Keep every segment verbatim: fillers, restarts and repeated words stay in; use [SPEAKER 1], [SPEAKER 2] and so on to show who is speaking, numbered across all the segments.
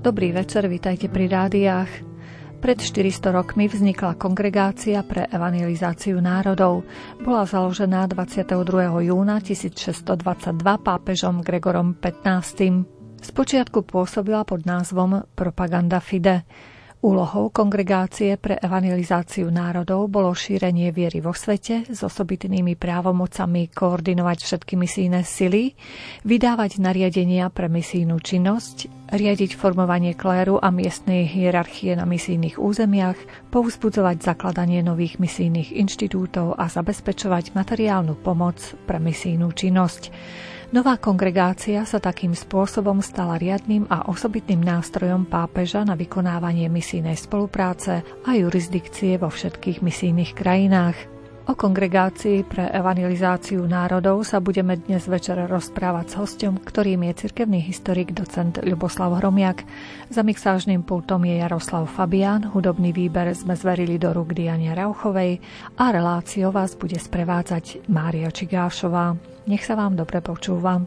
[SPEAKER 1] Dobrý večer, vitajte pri rádiách. Pred štyristo rokmi vznikla Kongregácia pre evangelizáciu národov. Bola založená dvadsiateho druhého júna tisícšesťstodvadsaťdva pápežom Gregorom pätnástym. Spočiatku pôsobila pod názvom Propaganda Fide. Úlohou Kongregácie pre evangelizáciu národov bolo šírenie viery vo svete s osobitnými právomocami koordinovať všetky misijné sily, vydávať nariadenia pre misijnú činnosť, riadiť formovanie kléru a miestnej hierarchie na misijných územiach, povzbudzovať zakladanie nových misijných inštitútov a zabezpečovať materiálnu pomoc pre misijnú činnosť. Nová kongregácia sa takým spôsobom stala riadnym a osobitným nástrojom pápeža na vykonávanie misijnej spolupráce a jurisdikcie vo všetkých misijných krajinách. O Kongregácii pre evangelizáciu národov sa budeme dnes večer rozprávať s hosťom, ktorým je cirkevný historik docent Ľuboslav Hromiak. Za mixážnym pultom je Jaroslav Fabián, hudobný výber sme zverili do rúk Diane Rauchovej a reláciou vás bude sprevádzať Mária Čigášová. Nech sa vám dobre počúva.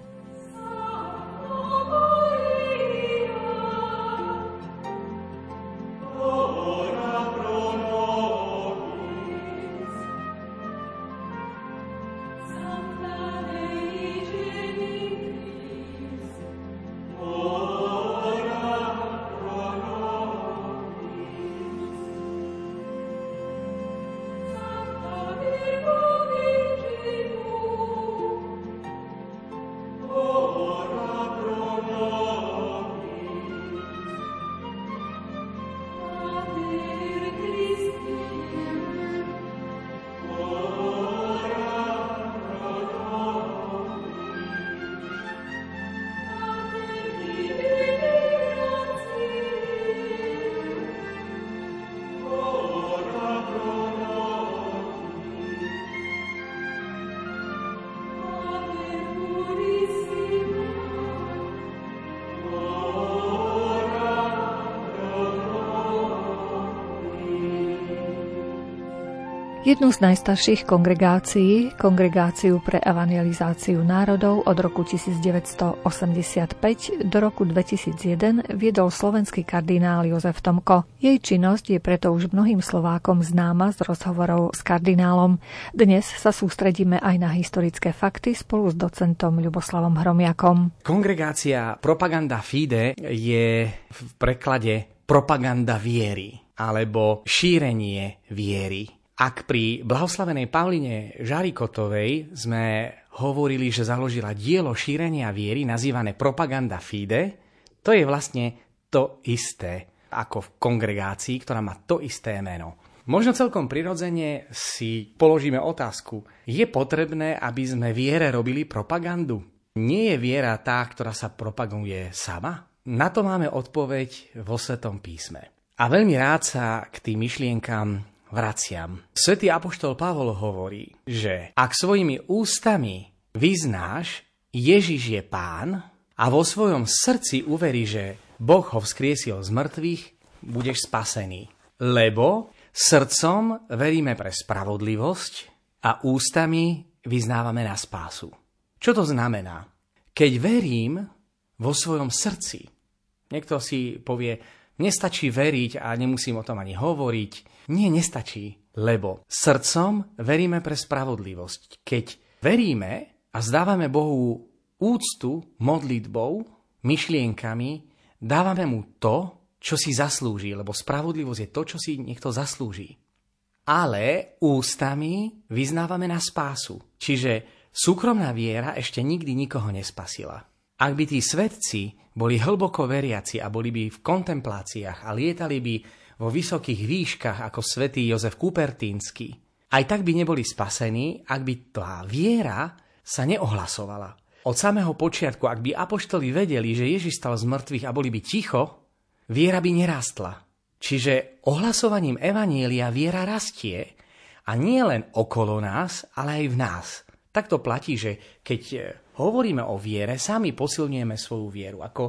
[SPEAKER 1] Jednu z najstarších kongregácií, Kongregáciu pre evangelizáciu národov od roku tisícdeväťstoosemdesiatpäť do roku dvetisícjeden viedol slovenský kardinál Jozef Tomko. Jej činnosť je preto už mnohým Slovákom známa z rozhovorov s kardinálom. Dnes sa sústredíme aj na historické fakty spolu s docentom Ľuboslavom Hromiakom.
[SPEAKER 2] Kongregácia Propaganda Fide je v preklade propaganda viery alebo šírenie viery. Ak pri blahoslavenej Pauline Žarikotovej sme hovorili, že založila dielo šírenia viery nazývané Propaganda Fide, to je vlastne to isté ako v kongregácii, ktorá má to isté meno. Možno celkom prirodzene si položíme otázku, je potrebné, aby sme viere robili propagandu? Nie je viera tá, ktorá sa propaguje sama? Na to máme odpoveď vo Svetom písme. A veľmi rád sa k tým myšlienkam vraciam. Svätý apoštol Pavol hovorí, že ak svojimi ústami vyznáš, Ježiš je Pán a vo svojom srdci uverí, že Boh ho vzkriesil z mŕtvych, budeš spasený. Lebo srdcom veríme pre spravodlivosť a ústami vyznávame na spásu. Čo to znamená? Keď verím vo svojom srdci, niekto si povie, nestačí veriť a nemusím o tom ani hovoriť. Nie, nestačí, lebo srdcom veríme pre spravodlivosť. Keď veríme a zdávame Bohu úctu modlitbou, myšlienkami, dávame mu to, čo si zaslúži, lebo spravodlivosť je to, čo si niekto zaslúži. Ale ústami vyznávame na spásu. Čiže súkromná viera ešte nikdy nikoho nespasila. Ak by tí svedci boli hlboko veriaci a boli by v kontempláciách a lietali by vo vysokých výškach ako svätý Jozef Kupertínsky, aj tak by neboli spasení, ak by tá viera sa neohlasovala. Od samého počiatku, ak by apoštoli vedeli, že Ježiš stal z mŕtvych a boli by ticho, viera by nerástla. Čiže ohlasovaním evanjelia viera rastie a nie len okolo nás, ale aj v nás. Tak to platí, že keď hovoríme o viere, sami posilňujeme svoju vieru. Ako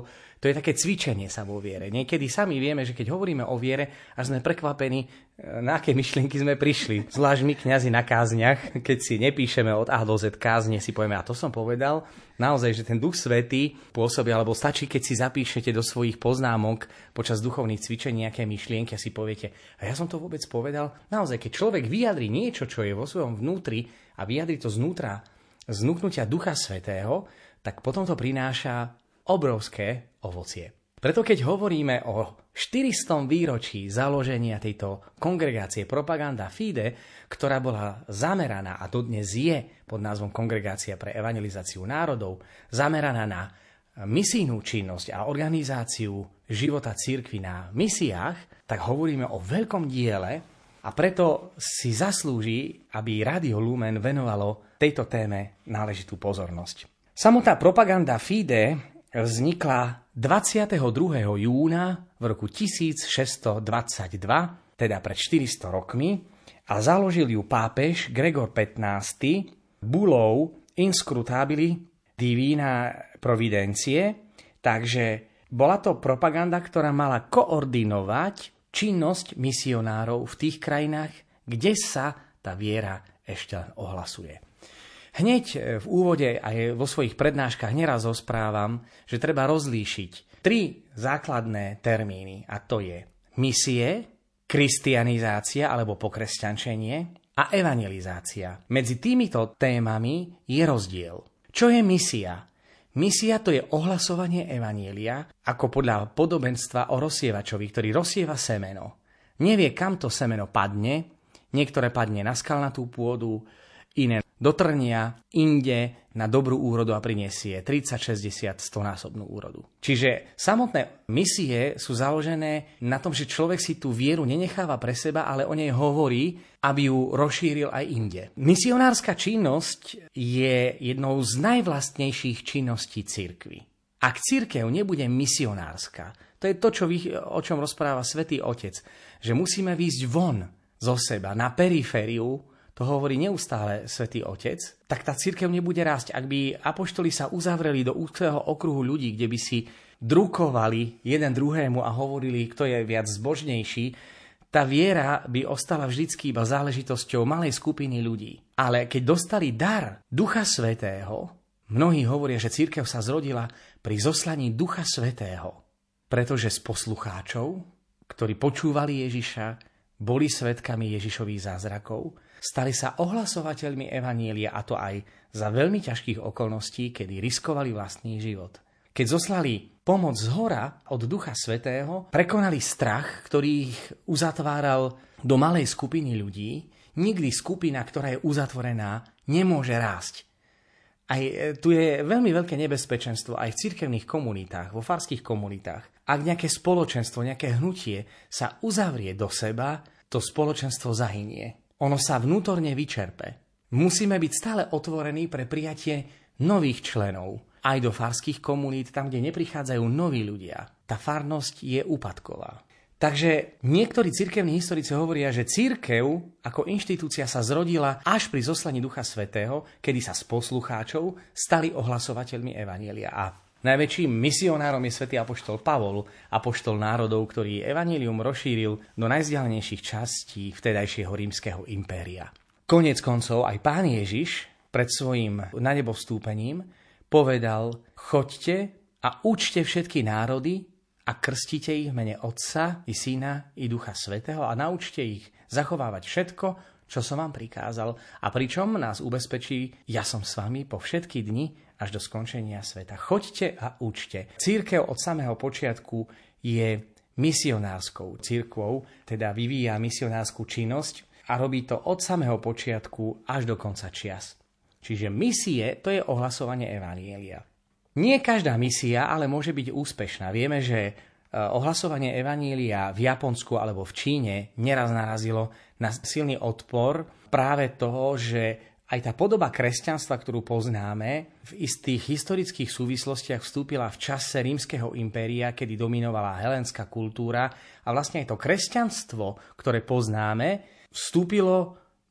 [SPEAKER 2] To je také cvičenie sa vo viere. Niekedy sami vieme, že keď hovoríme o viere, až sme prekvapení, na aké myšlienky sme prišli. Zvlášť my, kňazi na kázniach, keď si nepíšeme od A do Z kázne, si povieme, a to som povedal. Naozaj, že ten Duch Svätý pôsobí, alebo stačí, keď si zapíšete do svojich poznámok počas duchovných cvičení nejaké myšlienky a si poviete, a ja som to vôbec povedal. Naozaj, keď človek vyjadri niečo, čo je vo svojom vnútri a vyjadri to znútra, znúknutia Ducha Svätého, tak potom to prináša obrovské ovocie. Preto keď hovoríme o štyrihstom výročí založenia tejto kongregácie Propaganda Fide, ktorá bola zameraná a dodnes je pod názvom Kongregácia pre evangelizáciu národov, zameraná na misijnú činnosť a organizáciu života cirkvi na misiách, tak hovoríme o veľkom diele a preto si zaslúži, aby Rádio Lumen venovalo tejto téme náležitú pozornosť. Samotná Propaganda Fide vznikla dvadsiateho druhého júna v roku tisícšesťstodvadsaťdva, teda pred štyristo rokmi, a založil ju pápež Gregor pätnásty bulou Inscrutabili Divina Providencie, takže bola to propaganda, ktorá mala koordinovať činnosť misionárov v tých krajinách, kde sa tá viera ešte ohlasuje. Hneď v úvode aj vo svojich prednáškach neraz rozprávam, že treba rozlíšiť tri základné termíny, a to je misie, kristianizácia alebo pokresťančenie a evangelizácia. Medzi týmito témami je rozdiel. Čo je misia? Misia to je ohlasovanie evanjelia ako podľa podobenstva o rozsievačovi, ktorý rozsieva semeno. Nevie, kam to semeno padne, niektoré padne na skalnatú pôdu, iné do trnia, inde na dobrú úrodu a prinesie tridsať, šesťdesiat, sto násobnú úrodu. Čiže samotné misie sú založené na tom, že človek si tú vieru nenecháva pre seba, ale o nej hovorí, aby ju rozšíril aj inde. Misionárska činnosť je jednou z najvlastnejších činností cirkvi. Ak cirkev nebude misionárska, to je to, čo vy, o čom rozpráva Svätý Otec, že musíme výjsť von zo seba, na perifériu, to hovorí neustále Svätý Otec, tak tá cirkev nebude rásť. Ak by apoštoli sa uzavreli do úzkeho okruhu ľudí, kde by si drukovali jeden druhému a hovorili, kto je viac zbožnejší, tá viera by ostala vždycky iba záležitosťou malej skupiny ľudí. Ale keď dostali dar Ducha Svätého, mnohí hovoria, že cirkev sa zrodila pri zoslaní Ducha Svätého, pretože z poslucháčov, ktorí počúvali Ježiša, boli svedkami Ježišových zázrakov, stali sa ohlasovateľmi evanjelia, a to aj za veľmi ťažkých okolností, kedy riskovali vlastný život. Keď zoslali pomoc zhora od Ducha Svätého, prekonali strach, ktorý ich uzatváral do malej skupiny ľudí. Nikdy skupina, ktorá je uzatvorená, nemôže rásť. Aj tu je veľmi veľké nebezpečenstvo aj v cirkevných komunitách, vo farských komunitách. Ak nejaké spoločenstvo, nejaké hnutie sa uzavrie do seba, to spoločenstvo zahynie. Ono sa vnútorne vyčerpe. Musíme byť stále otvorení pre prijatie nových členov. Aj do farských komunít, tam, kde neprichádzajú noví ľudia. Tá farnosť je úpadková. Takže niektorí cirkevní historici hovoria, že cirkev ako inštitúcia sa zrodila až pri zoslaní Ducha Svätého, kedy sa z poslucháčov stali ohlasovateľmi evanjelia. A najväčším misionárom je svätý apoštol Pavol, apoštol národov, ktorý evanjelium rozšíril do najvzdialenejších častí vtedajšieho rímskeho impéria. Koniec koncov aj Pán Ježiš pred svojím nanebovstúpením povedal: choďte a učte všetky národy a krstite ich v mene Otca i Syna i Ducha Svätého a naučte ich zachovávať všetko, čo som vám prikázal. A pričom nás ubezpečí: ja som s vami po všetky dni až do skončenia sveta. Choďte a učte. Cirkev od samého počiatku je misionárskou cirkvou, teda vyvíja misionárskú činnosť a robí to od samého počiatku až do konca čias. Čiže misie, to je ohlasovanie evanjelia. Nie každá misia ale môže byť úspešná. Vieme, že ohlasovanie evanjelia v Japonsku alebo v Číne neraz narazilo na silný odpor práve toho, že aj tá podoba kresťanstva, ktorú poznáme, v istých historických súvislostiach vstúpila v čase rímskeho impéria, kedy dominovala helenská kultúra, a vlastne aj to kresťanstvo, ktoré poznáme, vstúpilo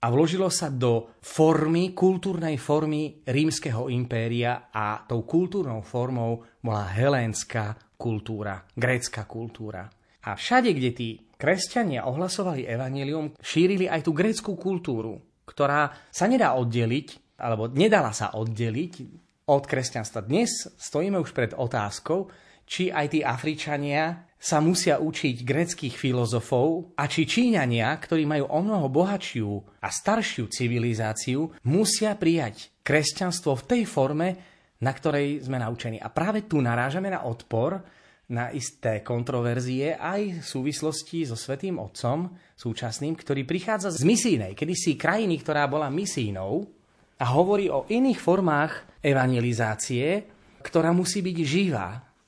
[SPEAKER 2] a vložilo sa do formy, kultúrnej formy rímskeho impéria a tou kultúrnou formou bola helénska kultúra, grécka kultúra. A všade, kde tí kresťania ohlasovali evanjelium, šírili aj tú grécku kultúru, ktorá sa nedá oddeliť, alebo nedala sa oddeliť od kresťanstva. Dnes stojíme už pred otázkou, či aj tí Afričania sa musia učiť gréckych filozofov a či Číňania, ktorí majú omnoho bohatšiu a staršiu civilizáciu, musia prijať kresťanstvo v tej forme, na ktorej sme naučení. A práve tu narážame na odpor, na isté kontroverzie aj v súvislosti so Svätým Otcom súčasným, ktorý prichádza z misijnej, kedysi krajiny, ktorá bola misijnou a hovorí o iných formách evangelizácie, ktorá musí byť živá,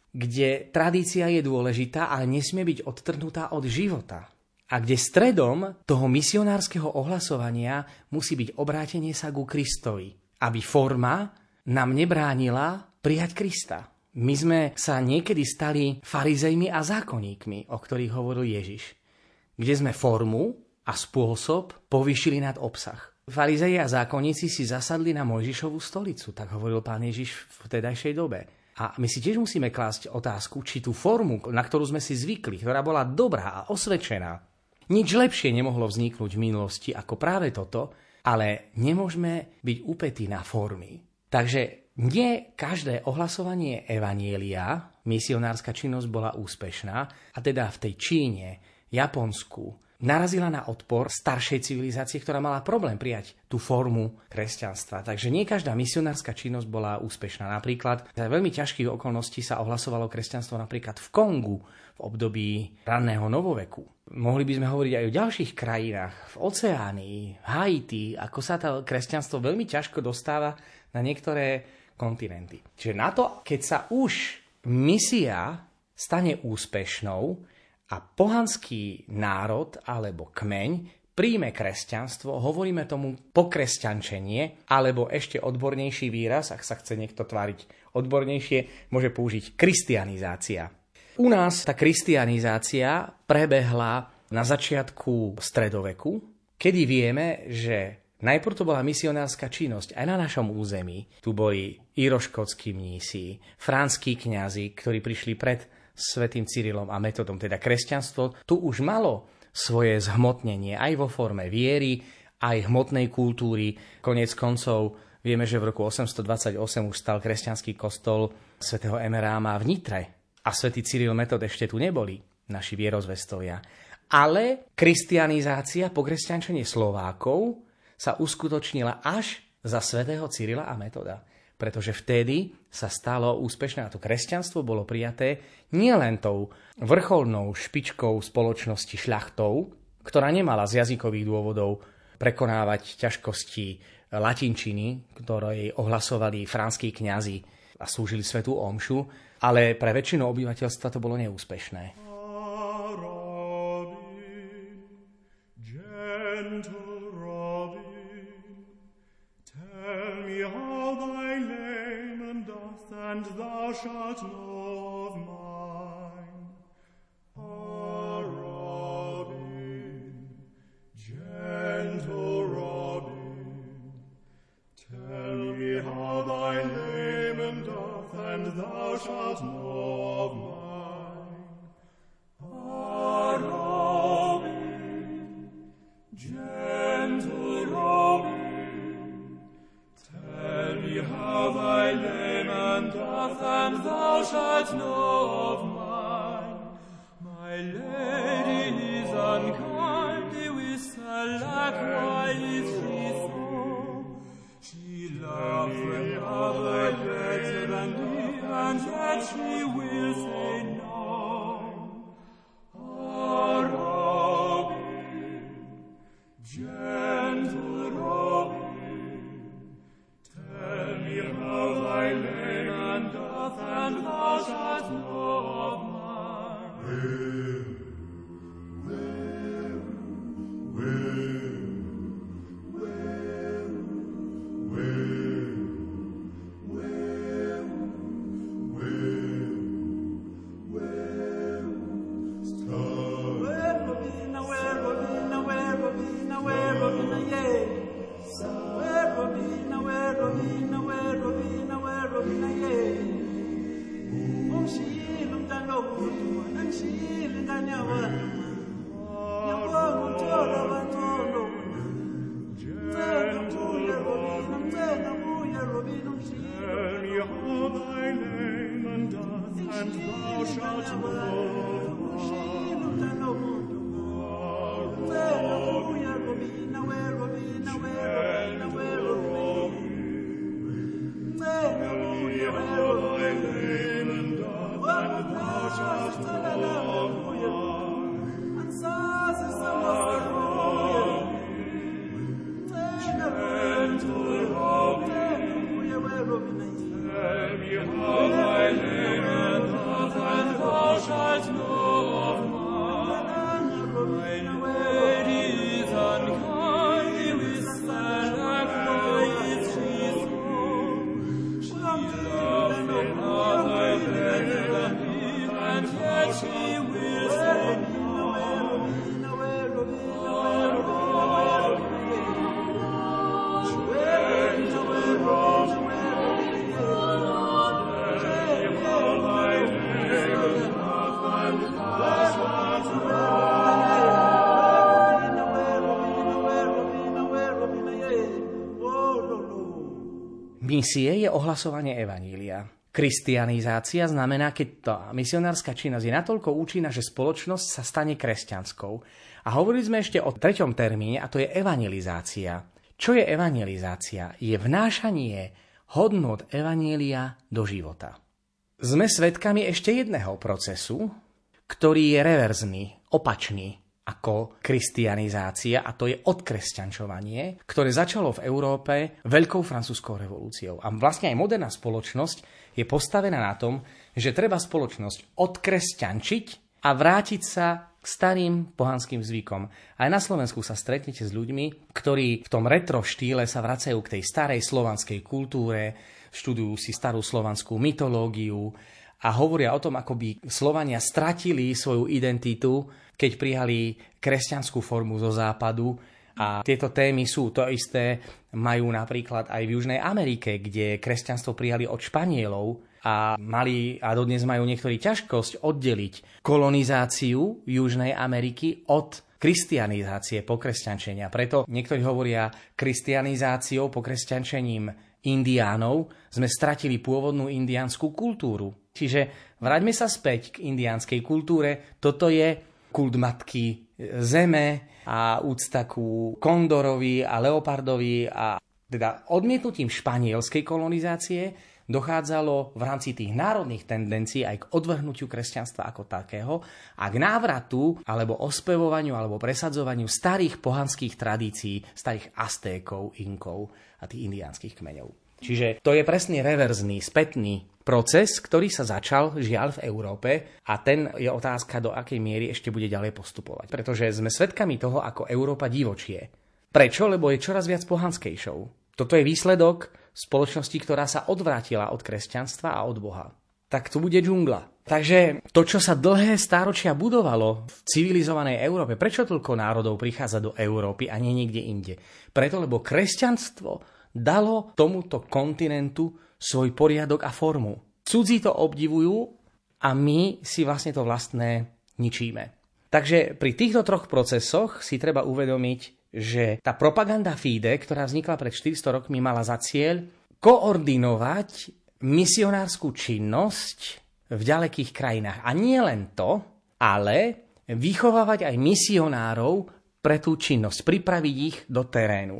[SPEAKER 2] kde tradícia je dôležitá, ale nesmie byť odtrhnutá od života. A kde stredom toho misionárskeho ohlasovania musí byť obrátenie sa ku Kristovi, aby forma nám nebránila prijať Krista. My sme sa niekedy stali farizejmi a zákonníkmi, o ktorých hovoril Ježiš, kde sme formu a spôsob povýšili nad obsah. Farizeji a zákonníci si zasadli na Mojžišovú stolicu, tak hovoril Pán Ježiš v tedajšej dobe. A my si tiež musíme klásť otázku, či tú formu, na ktorú sme si zvykli, ktorá bola dobrá a osvedčená, nič lepšie nemohlo vzniknúť v minulosti ako práve toto, ale nemôžeme byť upätí na formy. Takže nie každé ohlasovanie evanjelia, misionárska činnosť bola úspešná, a teda v tej Číne, Japonsku, narazila na odpor staršej civilizácie, ktorá mala problém prijať tú formu kresťanstva. Takže nie každá misionárska činnosť bola úspešná. Napríklad za veľmi ťažkých okolností sa ohlasovalo kresťanstvo napríklad v Kongu v období ranného novoveku. Mohli by sme hovoriť aj o ďalších krajinách, v Oceánii, v Haiti, ako sa to kresťanstvo veľmi ťažko dostáva na niektoré kontinenty. Čiže na to, keď sa už misia stane úspešnou, a pohanský národ alebo kmeň príjme kresťanstvo, hovoríme tomu pokresťančenie, alebo ešte odbornejší výraz, ak sa chce niekto tváriť odbornejšie, môže použiť kristianizácia. U nás tá kristianizácia prebehla na začiatku stredoveku, kedy vieme, že najprv to bola misionárska činnosť aj na našom území. Tu boli íroškótski mnísi, franskí kňazi, ktorí prišli pred Svätým Cyrilom a Metodom, teda kresťanstvo, tu už malo svoje zhmotnenie aj vo forme viery, aj hmotnej kultúry. Koniec koncov vieme, že v roku osemstodvadsaťosem už stal kresťanský kostol svätého Emeráma v Nitre a svätý Cyril Metod ešte tu neboli, naši vierozvestovia. Ale kristianizácia, pokresťančenie Slovákov sa uskutočnila až za svätého Cyrila a Metoda. Pretože vtedy sa stalo úspešné a to kresťanstvo bolo prijaté nielen tou vrcholnou špičkou spoločnosti šľachtou, ktorá nemala z jazykových dôvodov prekonávať ťažkosti latinčiny, ktoré ohlasovali franskí kňazi a slúžili svätú omšu, ale pre väčšinu obyvateľstva to bolo neúspešné.
[SPEAKER 3] And thou shalt know of mine. Ah, Robin, gentle Robin, tell me how thy layman doth, and thou shalt know of mine. Ah, Robin, gentle Robin, tell me how thy layman doth, and thou shalt
[SPEAKER 2] misie je ohlasovanie evanília. Kristianizácia znamená, keď tá misionárska činnosť je natoľko účinná, že spoločnosť sa stane kresťanskou. A hovorili sme ešte o treťom termíne, a to je evangelizácia. Čo je evangelizácia? Je vnášanie hodnot evanília do života. Sme svedkami ešte jedného procesu, ktorý je reverzný, opačný ako kristianizácia, a to je odkresťančovanie, ktoré začalo v Európe Veľkou francúzskou revolúciou. A vlastne aj moderná spoločnosť je postavená na tom, že treba spoločnosť odkresťančiť a vrátiť sa k starým pohanským zvykom. Aj na Slovensku sa stretnete s ľuďmi, ktorí v tom retro štýle sa vracajú k tej starej slovanskej kultúre, študujú si starú slovanskú mytológiu a hovoria o tom, ako by Slovania stratili svoju identitu, keď prijali kresťanskú formu zo západu. A tieto témy sú to isté, majú napríklad aj v Južnej Amerike, kde kresťanstvo prijali od Španielov a mali a dodnes majú niektorí ťažkosť oddeliť kolonizáciu Južnej Ameriky od kristianizácie, pokresťančenia. Preto niektorí hovoria kristianizáciou, pokresťančením indiánov sme stratili pôvodnú indiánsku kultúru. Čiže vráťme sa späť k indiánskej kultúre. Toto je kult matky zeme a úcta ku kondorovi a leopardovi. A teda odmietnutím španielskej kolonizácie dochádzalo v rámci tých národných tendencií aj k odvrhnutiu kresťanstva ako takého a k návratu alebo ospevovaniu alebo presadzovaniu starých pohanských tradícií, starých Aztékov, Inkov a tých indiánskych kmeňov. Čiže to je presne reverzný, spätný proces, ktorý sa začal žiaľ v Európe a ten je otázka, do akej miery ešte bude ďalej postupovať. Pretože sme svedkami toho, ako Európa divočie. Prečo? Lebo je čoraz viac pohanskejšou. Toto je výsledok spoločnosti, ktorá sa odvrátila od kresťanstva a od Boha. Tak tu bude džungla. Takže to, čo sa dlhé stáročia budovalo v civilizovanej Európe, prečo toľko národov prichádza do Európy a nie niekde inde? Preto, lebo kresťanstvo dalo tomuto kontinentu svoj poriadok a formu. Cudzí to obdivujú a my si vlastne to vlastné ničíme. Takže pri týchto troch procesoch si treba uvedomiť, že tá propaganda fide, ktorá vznikla pred štyristo rokmi, mala za cieľ koordinovať misionárskú činnosť v ďalekých krajinách. A nie len to, ale vychovávať aj misionárov pre tú činnosť, pripraviť ich do terénu.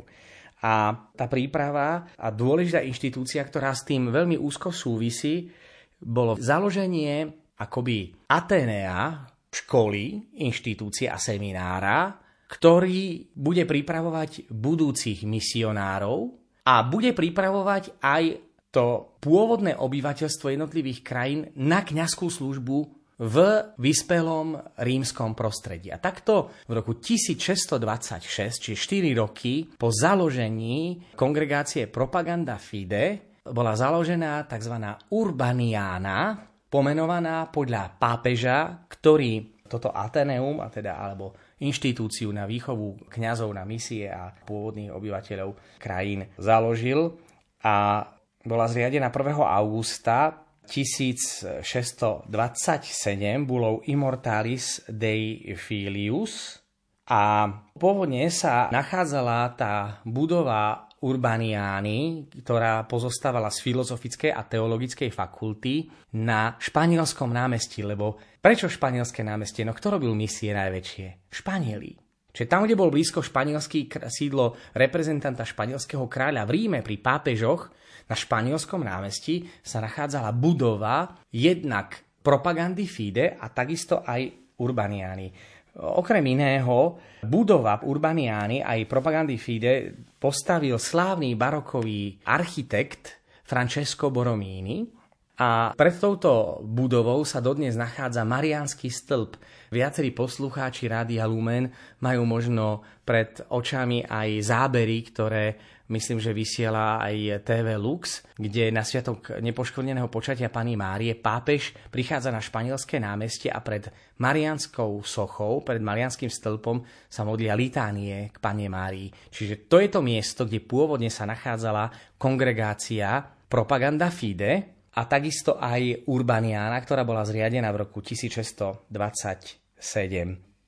[SPEAKER 2] A tá príprava a dôležitá inštitúcia, ktorá s tým veľmi úzko súvisí, bolo založenie akoby Atenea, školy, inštitúcie a seminára, ktorý bude pripravovať budúcich misionárov a bude pripravovať aj to pôvodné obyvateľstvo jednotlivých krajín na kňazskú službu v vyspelom rímskom prostredí. A takto v roku tisícšesťstodvadsaťšesť, čiže štyri roky po založení kongregácie Propaganda Fide, bola založená tzv. Urbaniana, pomenovaná podľa pápeža, ktorý toto Ateneum, a teda alebo inštitúciu na výchovu kňazov na misie a pôvodných obyvateľov krajín založil a bola zriadená prvého augusta tisícšesťstodvadsaťsedem bulou Immortalis Dei Filius a pôvodne sa nachádzala tá budova Urbaniány, ktorá pozostávala z filozofickej a teologickej fakulty na Španielskom námestí, lebo prečo Španielské námestie? No kto robil misie najväčšie? Španieli. Čiže tam, kde bol blízko španielský sídlo reprezentanta španielského kráľa v Ríme pri pápežoch, na Španielskom námestí sa nachádzala budova jednak Propagandy Fide a takisto aj Urbaniány. Okrem iného, budova Urbaniány aj Propagandy Fide postavil slávny barokový architekt Francesco Borromini a pred touto budovou sa dodnes nachádza Mariánsky stĺp. Viacerí poslucháči Rádia Lumen majú možno pred očami aj zábery, ktoré myslím, že vysiela aj té vé Lux, kde na sviatok nepoškvrneného počatia Panny Márie pápež prichádza na Španielské námestie a pred Mariánskou sochou, pred Mariánskym stĺpom sa modlia litánie k Panne Márii. Čiže to je to miesto, kde pôvodne sa nachádzala kongregácia Propaganda Fide a takisto aj Urbaniana, ktorá bola zriadená v roku tisícšesťstodvadsaťsedem.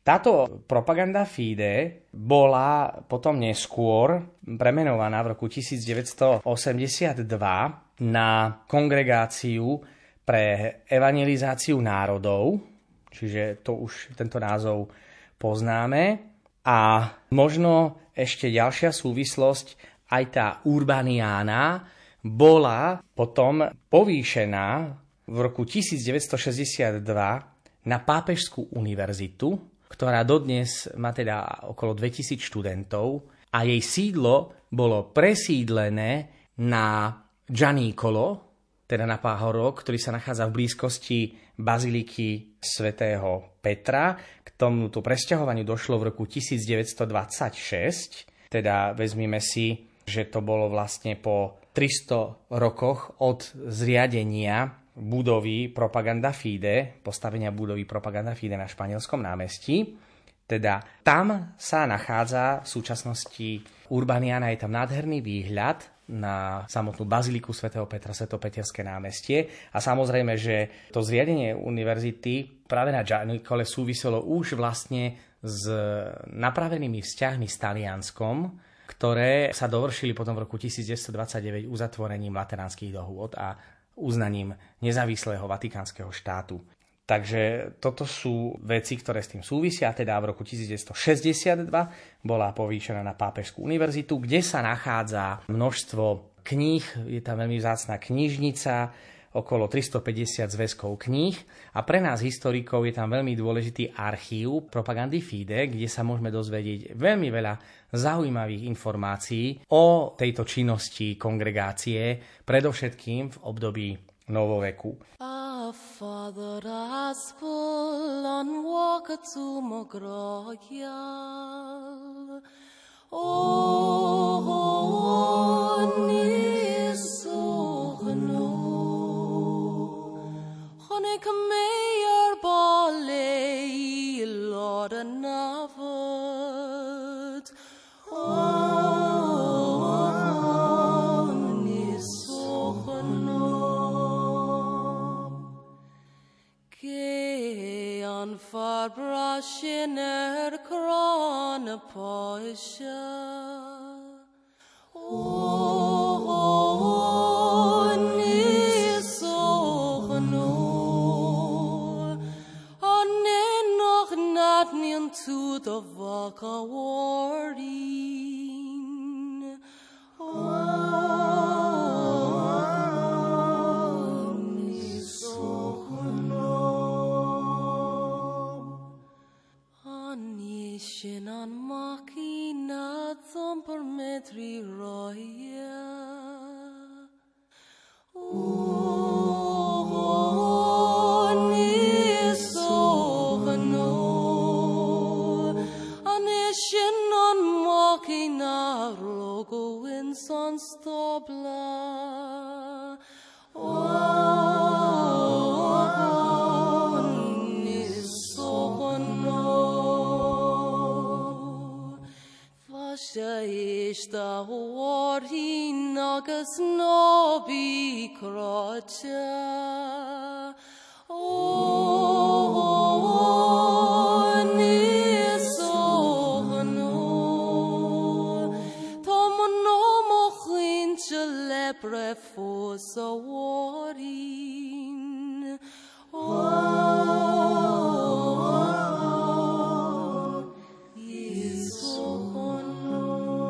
[SPEAKER 2] Táto propaganda fide bola potom neskôr premenovaná v roku devätnásťstoosemdesiatdva na Kongregáciu pre evangelizáciu národov, čiže to už tento názov poznáme. A možno ešte ďalšia súvislosť, aj tá Urbaniana bola potom povýšená v roku devätnásťstošesťdesiatdva na Pápežskú univerzitu, ktorá dodnes má teda okolo dvetisíc študentov a jej sídlo bolo presídlené na Gianicolo, teda na páhorok, ktorý sa nachádza v blízkosti baziliky svätého Petra. K tomuto presťahovaniu došlo v roku devätnásťstodvadsaťšesť, teda vezmime si, že to bolo vlastne po tristo rokoch od zriadenia budovy Propaganda Fide, postavenia budovy Propaganda Fide na Španielskom námestí. Teda tam sa nachádza v súčasnosti Urbaniana, je tam nádherný výhľad na samotnú baziliku svätého Petra, Svetopeterské námestie. A samozrejme, že to zriadenie univerzity práve na Gianicole súviselo už vlastne s napravenými vzťahmi s Talianskom, ktoré sa dovršili potom v roku devätnásťstodvadsaťdeväť uzatvorením lateránskych dohôd a uznaním nezávislého vatikánskeho štátu. Takže toto sú veci, ktoré s tým súvisia. Teda v roku devätnásťstošesťdesiatdva bola povýšená na Pápežskú univerzitu, kde sa nachádza množstvo kníh. Je tam veľmi vzácna knižnica, okolo tristopäťdesiat zväzkov kníh. A pre nás, historikov, je tam veľmi dôležitý archív Propagandy Fide, kde sa môžeme dozvedieť veľmi veľa zaujímavých informácií o tejto činnosti kongregácie, predovšetkým v období novoveku.
[SPEAKER 4] A Father Aspel on walk to Mogroyal. Oh, Nisohno. Honig mayor ballet, Lord Navat. Oh, Nisohno. Ge an farbrashin er kron a poisha. Oh, Nisohno. To the Vaka Warding. Oh, Nisohno. Anishin an makina thumper metri roya. Oh, Nisohno. Shinnon mokina rogo in son stobla. Oh, Nisohno. Vasha ishta wari nagas nobi krocha. Oh, Nisohno. Tomono mochin lepre fosa warin. Oh, Nisohno.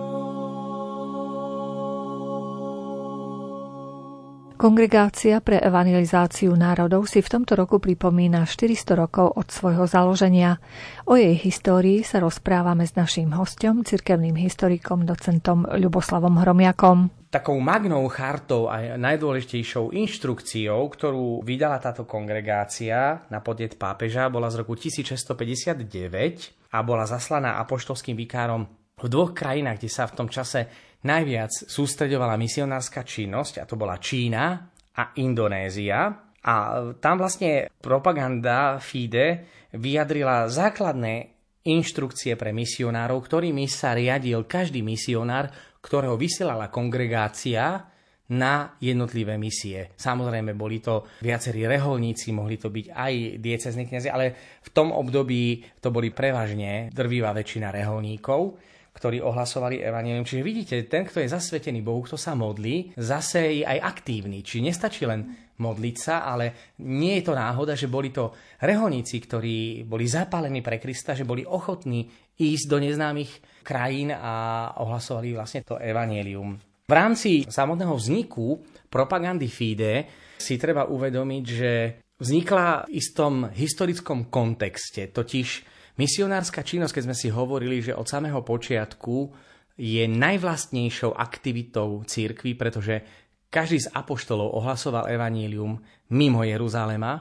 [SPEAKER 1] Kongregácia pre evangelizáciu národov si v tomto roku pripomína štyristo rokov od svojho založenia. O jej histórii sa rozprávame s naším hosťom, cirkevným historikom, docentom Ľuboslavom Hromiakom.
[SPEAKER 2] Takou magnou chartou a najdôležitejšou inštrukciou, ktorú vydala táto kongregácia na podnet pápeža, bola z roku tisícšesťstopäťdesiatdeväť a bola zaslaná apoštolským vikárom v dvoch krajinách, kde sa v tom čase najviac sústreďovala misionárska činnosť, a to bola Čína a Indonézia. A tam vlastne Propaganda Fide vyjadrila základné inštrukcie pre misionárov, ktorými sa riadil každý misionár, ktorého vysielala kongregácia na jednotlivé misie. Samozrejme, boli to viacerí reholníci, mohli to byť aj diecézni kňazi, ale v tom období to boli prevažne drvivá väčšina reholníkov, ktorí ohlasovali evanjelium. Čiže vidíte, ten, kto je zasvetený Bohu, kto sa modlí, zase je aj aktívny. Či nestačí len modliť sa, ale nie je to náhoda, že boli to reholníci, ktorí boli zapálení pre Krista, že boli ochotní ísť do neznámych krajín a ohlasovali vlastne to evanjelium. V rámci samotného vzniku propagandy Fide si treba uvedomiť, že vznikla v istom historickom kontexte, totiž misionárska činnosť, keď sme si hovorili, že od samého počiatku je najvlastnejšou aktivitou cirkvi, pretože každý z apoštolov ohlasoval evanjelium mimo Jeruzalema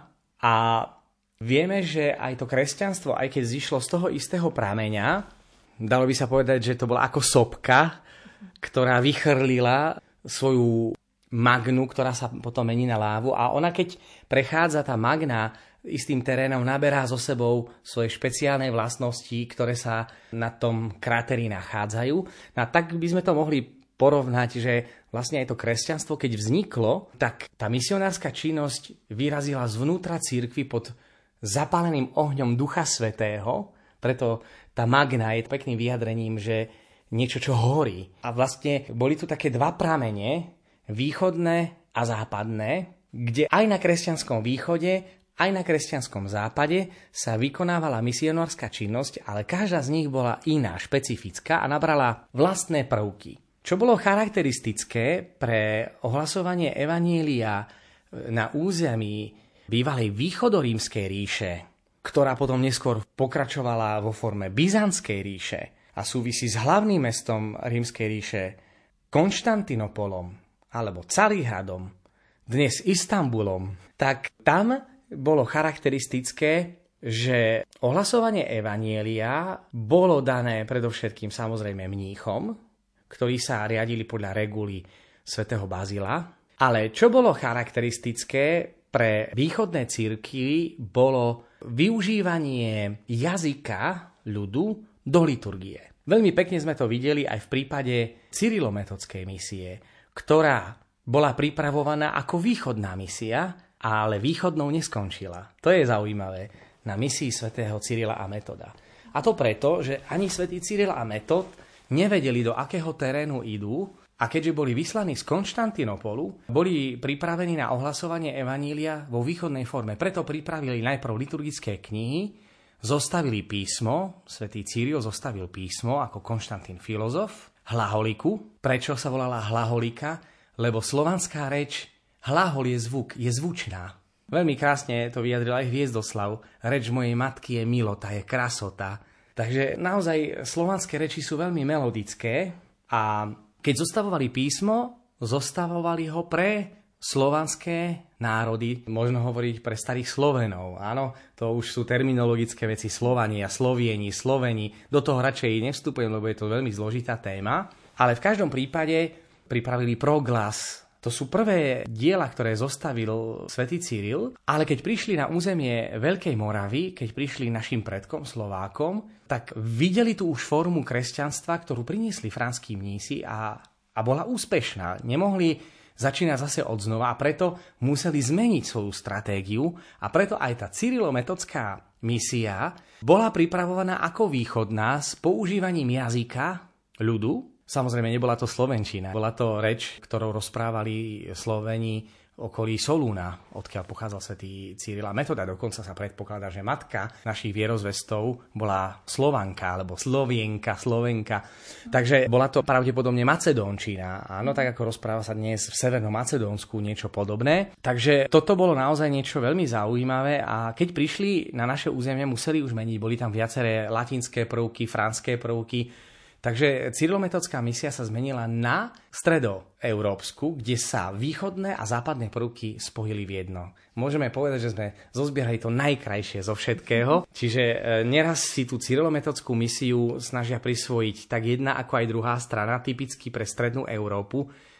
[SPEAKER 2] a vieme, že aj to kresťanstvo, aj keď zišlo z toho istého prameňa, dalo by sa povedať, že to bola ako sopka, ktorá vychrlila svoju magnu, ktorá sa potom mení na lávu a ona keď prechádza tá magna istým terénom, naberá so sebou svoje špeciálne vlastnosti, ktoré sa na tom kráteri nachádzajú. No a tak by sme to mohli porovnať, že vlastne aj to kresťanstvo, keď vzniklo, tak tá misionárska činnosť vyrazila zvnútra cirkvi pod zapáleným ohňom Ducha Svätého, preto tá magna je pekným vyjadrením, že niečo, čo horí. A vlastne boli tu také dva pramene, východné a západné, kde aj na kresťanskom východe, aj na kresťanskom západe sa vykonávala misionárska činnosť, ale každá z nich bola iná, špecifická a nabrala vlastné prvky. Čo bolo charakteristické pre ohlasovanie evanjelia na území bývalej východorímskej ríše, ktorá potom neskôr pokračovala vo forme Byzantskej ríše, a súvisí s hlavným mestom Rímskej ríše Konštantinopolom alebo Carihradom, dnes Istanbulom, tak tam bolo charakteristické, že ohlasovanie evanjelia bolo dané predovšetkým samozrejme mníchom, ktorí sa riadili podľa reguly svätého Bazila. Ale čo bolo charakteristické pre východné cirkvi, bolo využívanie jazyka ľudu do liturgie. Veľmi pekne sme to videli aj v prípade cyrilometodskej misie, ktorá bola pripravovaná ako východná misia, ale východnou neskončila. To je zaujímavé na misii svätého Cyrila a Metoda. A to preto, že ani svätý Cyril a Metod nevedeli, do akého terénu idú, a keďže boli vyslaní z Konštantinopolu, boli pripravení na ohlasovanie evanília vo východnej forme. Preto pripravili najprv liturgické knihy, zostavili písmo, svätý Cyril zostavil písmo ako Konštantín filozof, hlaholiku. Prečo sa volala hlaholika? Lebo slovanská reč, hlahol je zvuk, je zvučná. Veľmi krásne to vyjadril aj Hviezdoslav. Reč mojej matky je milota, je krasota. Takže naozaj slovanské reči sú veľmi melodické a keď zostavovali písmo, zostavovali ho pre slovanské národy, možno hovoriť pre starých Slovenov. Áno, to už sú terminologické veci, Slovania, Slovieni, Sloveni. Do toho radšej nevstupujem, lebo je to veľmi zložitá téma. Ale v každom prípade pripravili proglas. To sú prvé diela, ktoré zostavil svätý Cyril, ale keď prišli na územie Veľkej Moravy, keď prišli našim predkom Slovákom, tak videli tu už formu kresťanstva, ktorú priniesli franskí mnísi a, a bola úspešná. Nemohli začína zase od znova a preto museli zmeniť svoju stratégiu a preto aj tá cyrilometodská misia bola pripravovaná ako východná s používaním jazyka ľudu. Samozrejme, nebola to slovenčina, bola to reč, ktorou rozprávali Sloveni okolí Solúna, odkiaľ pochádzal svätý Cyril a Metoda. Dokonca sa predpokladá, že matka našich vierozvestov bola Slovanka, alebo Slovienka, Slovenka. Takže bola to pravdepodobne Macedónčina. Áno, tak ako rozpráva sa dnes v Severnom Macedónsku niečo podobné. Takže toto bolo naozaj niečo veľmi zaujímavé a keď prišli na naše územie, museli už meniť. Boli tam viaceré latinské prvky, franské prvky. Takže cyrilometodská misia sa zmenila na stredoeurópsku, kde sa východné a západné prvky spojili v jedno. Môžeme povedať, že sme zozbierali to najkrajšie zo všetkého. Čiže neraz si tú cyrilometodskú misiu snažia prisvojiť tak jedna ako aj druhá strana, typicky pre strednú Európu,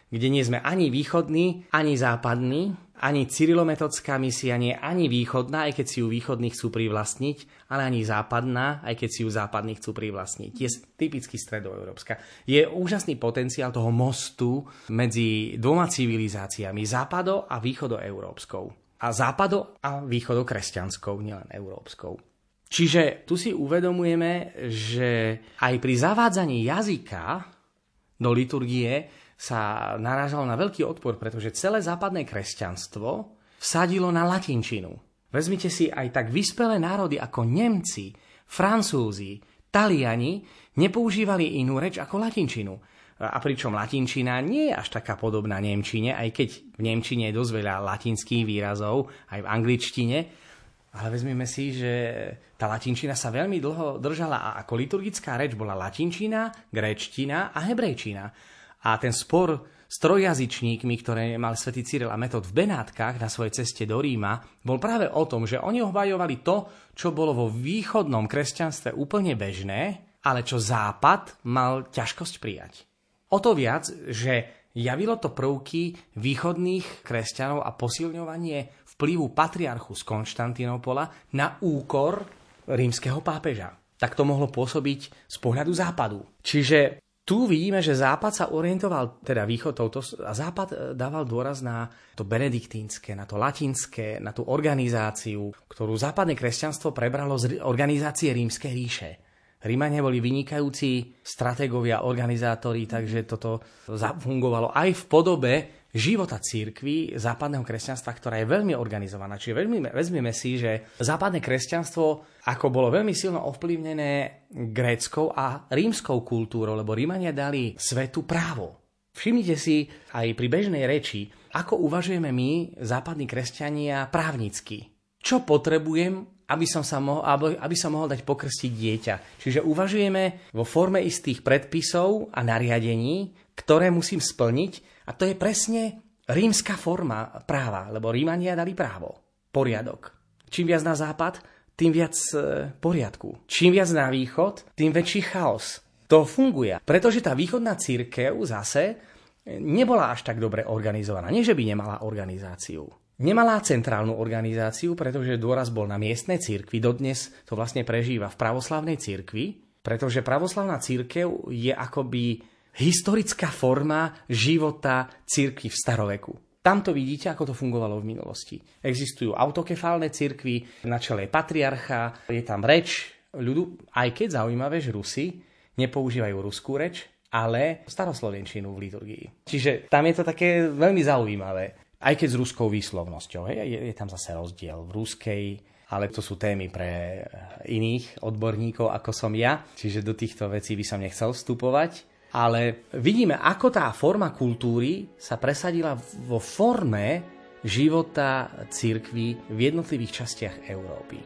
[SPEAKER 2] kde nie sme ani východní, ani západní, ani cyrilometodská misia nie ani východná, aj keď si ju východní chcú privlastniť, ale ani západná, aj keď si ju západní chcú privlastniť. Je typicky stredoeurópska. Je úžasný potenciál toho mostu medzi dvoma civilizáciami, západo- a východoeurópskou. A západo- a východokresťanskou, nielen európskou. Čiže tu si uvedomujeme, že aj pri zavádzaní jazyka do liturgie sa narážalo na veľký odpor, pretože celé západné kresťanstvo vsadilo na latinčinu. Vezmite si aj tak vyspelé národy ako Nemci, Francúzi, Taliani nepoužívali inú reč ako latinčinu. A pričom latinčina nie je až taká podobná nemčine, aj keď v nemčine je dosť veľa latinských výrazov, aj v angličtine. Ale vezmeme si, že tá latinčina sa veľmi dlho držala a ako liturgická reč bola latinčina, gréčtina a hebrejčina. A ten spor s trojjazyčníkmi, ktoré mal svätý Cyril a Metod v Benátkach na svojej ceste do Ríma, bol práve o tom, že oni obhajovali to, čo bolo vo východnom kresťanstve úplne bežné, ale čo Západ mal ťažkosť prijať. O to viac, že javilo to prvky východných kresťanov a posilňovanie vplyvu patriarchu z Konštantinopola na úkor rímskeho pápeža. Tak to mohlo pôsobiť z pohľadu Západu. Čiže tu vidíme, že Západ sa orientoval, teda východ touto, a Západ dával dôraz na to benediktínske, na to latinské, na tú organizáciu, ktorú západné kresťanstvo prebralo z organizácie Rímskej ríše. Rímania boli vynikajúci stratégovia, organizátori, takže toto zafungovalo aj v podobe života cirkvi západného kresťanstva, ktorá je veľmi organizovaná. Čiže veľmi, vezmeme si, že západné kresťanstvo ako bolo veľmi silno ovplyvnené gréckou a rímskou kultúrou, lebo Rímania dali svetu právo. Všimnite si aj pri bežnej reči, ako uvažujeme my, západní kresťania, právnicky. Čo potrebujem, aby som, sa mohol, aby som mohol dať pokrstiť dieťa. Čiže uvažujeme vo forme istých predpisov a nariadení, ktoré musím splniť. A to je presne rímska forma práva, lebo Rímania dali právo, poriadok. Čím viac na západ, tým viac poriadku. Čím viac na východ, tým väčší chaos. To funguje, pretože tá východná cirkev zase nebola až tak dobre organizovaná. Nie, že by nemala organizáciu. Nemala centrálnu organizáciu, pretože dôraz bol na miestnej cirkvi. Dodnes to vlastne prežíva v pravoslavnej cirkvi, pretože pravoslavná cirkev je akoby historická forma života cirkvi v staroveku. Tam to vidíte, ako to fungovalo v minulosti. Existujú autokefálne cirkvi, na čele je patriarcha, je tam reč ľudu, aj keď zaujímavé, že Rusi nepoužívajú ruskú reč, ale staroslovenčinu v liturgii. Čiže tam je to také veľmi zaujímavé. Aj keď s ruskou výslovnosťou. Hej, je, je tam zase rozdiel v ruskej, ale to sú témy pre iných odborníkov, ako som ja. Čiže do týchto vecí by som nechcel vstupovať. Ale vidíme, ako tá forma kultúry sa presadila vo forme života cirkvi v jednotlivých častiach Európy.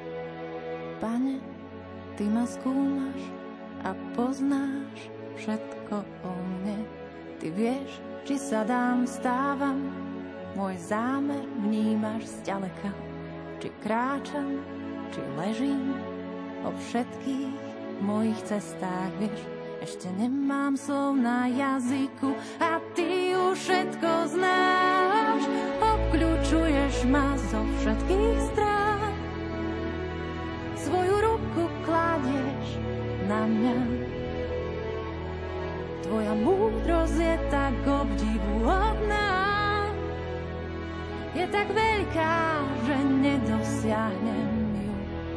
[SPEAKER 5] Pane, Ty ma skúmaš a poznáš všetko o mne. Ty vieš, či sa dám, stávam, môj zámer vnímaš zďaleka. Či kráčam, či ležím, o všetkých mojich cestách vieš. Ešte nemám slov na jazyku a ty už všetko znáš. Obkľúčuješ ma zo všetkých strán. Svoju ruku kladieš na mňa. Tvoja múdrosť je tak obdivuhodná. Je tak veľká, že nedosiahnem ju.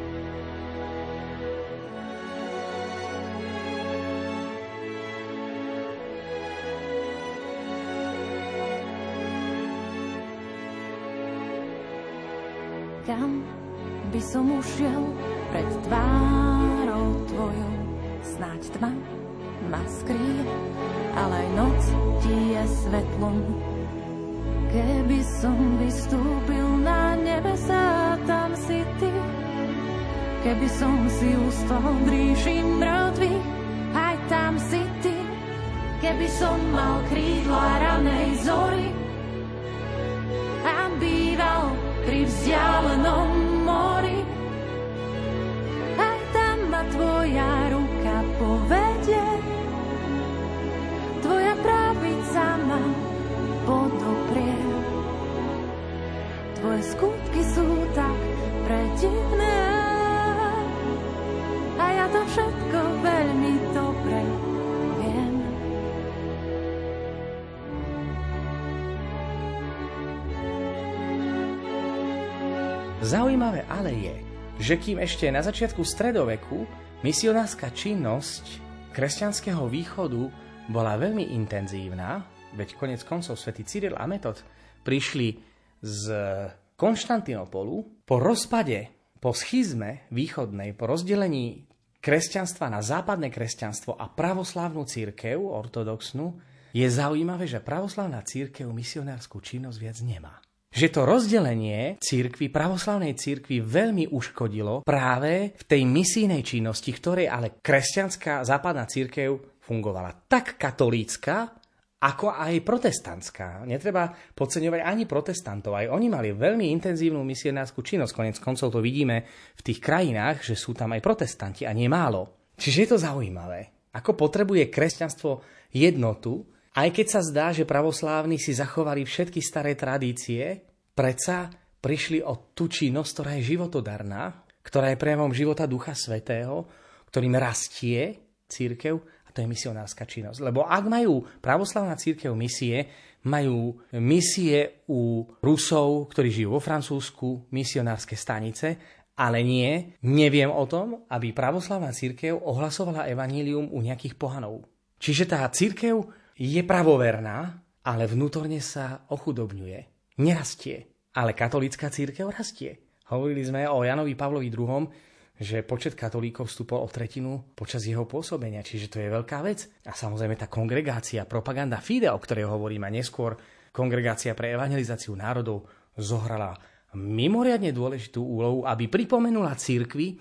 [SPEAKER 5] Kam by som ušiel pred tvárou tvojou? Snáď tma ma skryje, ale aj noc ti je svetlom. Keby som vystúpil na nebesá, tam si ty. Keby som si ustal v ríši mŕtvych, aj tam si ty. Keby som mal krídla ranej zory a býval pri vzdialenom mori, aj tam ma tvoja ruka povedie. Tvoja pravica ma
[SPEAKER 2] Zaujímavé ale je, že kým ešte na začiatku stredoveku misionárska činnosť kresťanského východu bola veľmi intenzívna, veď konec koncov svätý Cyril a Metod prišli z Konštantinopolu po rozpade, po schizme východnej, po rozdelení kresťanstva na západné kresťanstvo a pravoslávnu cirkev, ortodoxnú, je zaujímavé, že pravoslávna cirkev misionárskú činnosť viac nemá. Že to rozdelenie cirkvi, pravoslávnej cirkvi veľmi uškodilo práve v tej misijnej činnosti, ktorej ale kresťanská západná cirkev fungovala tak katolícka, ako aj protestantská. Netreba podceňovať ani protestantov. Aj oni mali veľmi intenzívnu misionárskú činnosť. Konec koncov to vidíme v tých krajinách, že sú tam aj protestanti a nie málo. Čiže je to zaujímavé. Ako potrebuje kresťanstvo jednotu, aj keď sa zdá, že pravoslávni si zachovali všetky staré tradície, predsa prišli o tú činnosť, ktorá je životodarná, ktorá je prejavom života Ducha Svätého, ktorým rastie cirkev, a to je misionárska činnosť. Lebo ak majú pravoslávna cirkev misie, majú misie u Rusov, ktorí žijú vo Francúzsku, misionárske stanice, ale nie, neviem o tom, aby pravoslávna cirkev ohlasovala evanílium u nejakých pohanov. Čiže tá cirkev je pravoverná, ale vnútorne sa ochudobňuje. Nerastie. Ale katolícka cirkev rastie. Hovorili sme o Janovi Pavlovi druhom, že počet katolíkov vstúpol o tretinu počas jeho pôsobenia. Čiže to je veľká vec. A samozrejme tá kongregácia, propaganda fide, o ktorej hovorím, a neskôr kongregácia pre evangelizáciu národov zohrala mimoriadne dôležitú úlohu, aby pripomenula cirkvi,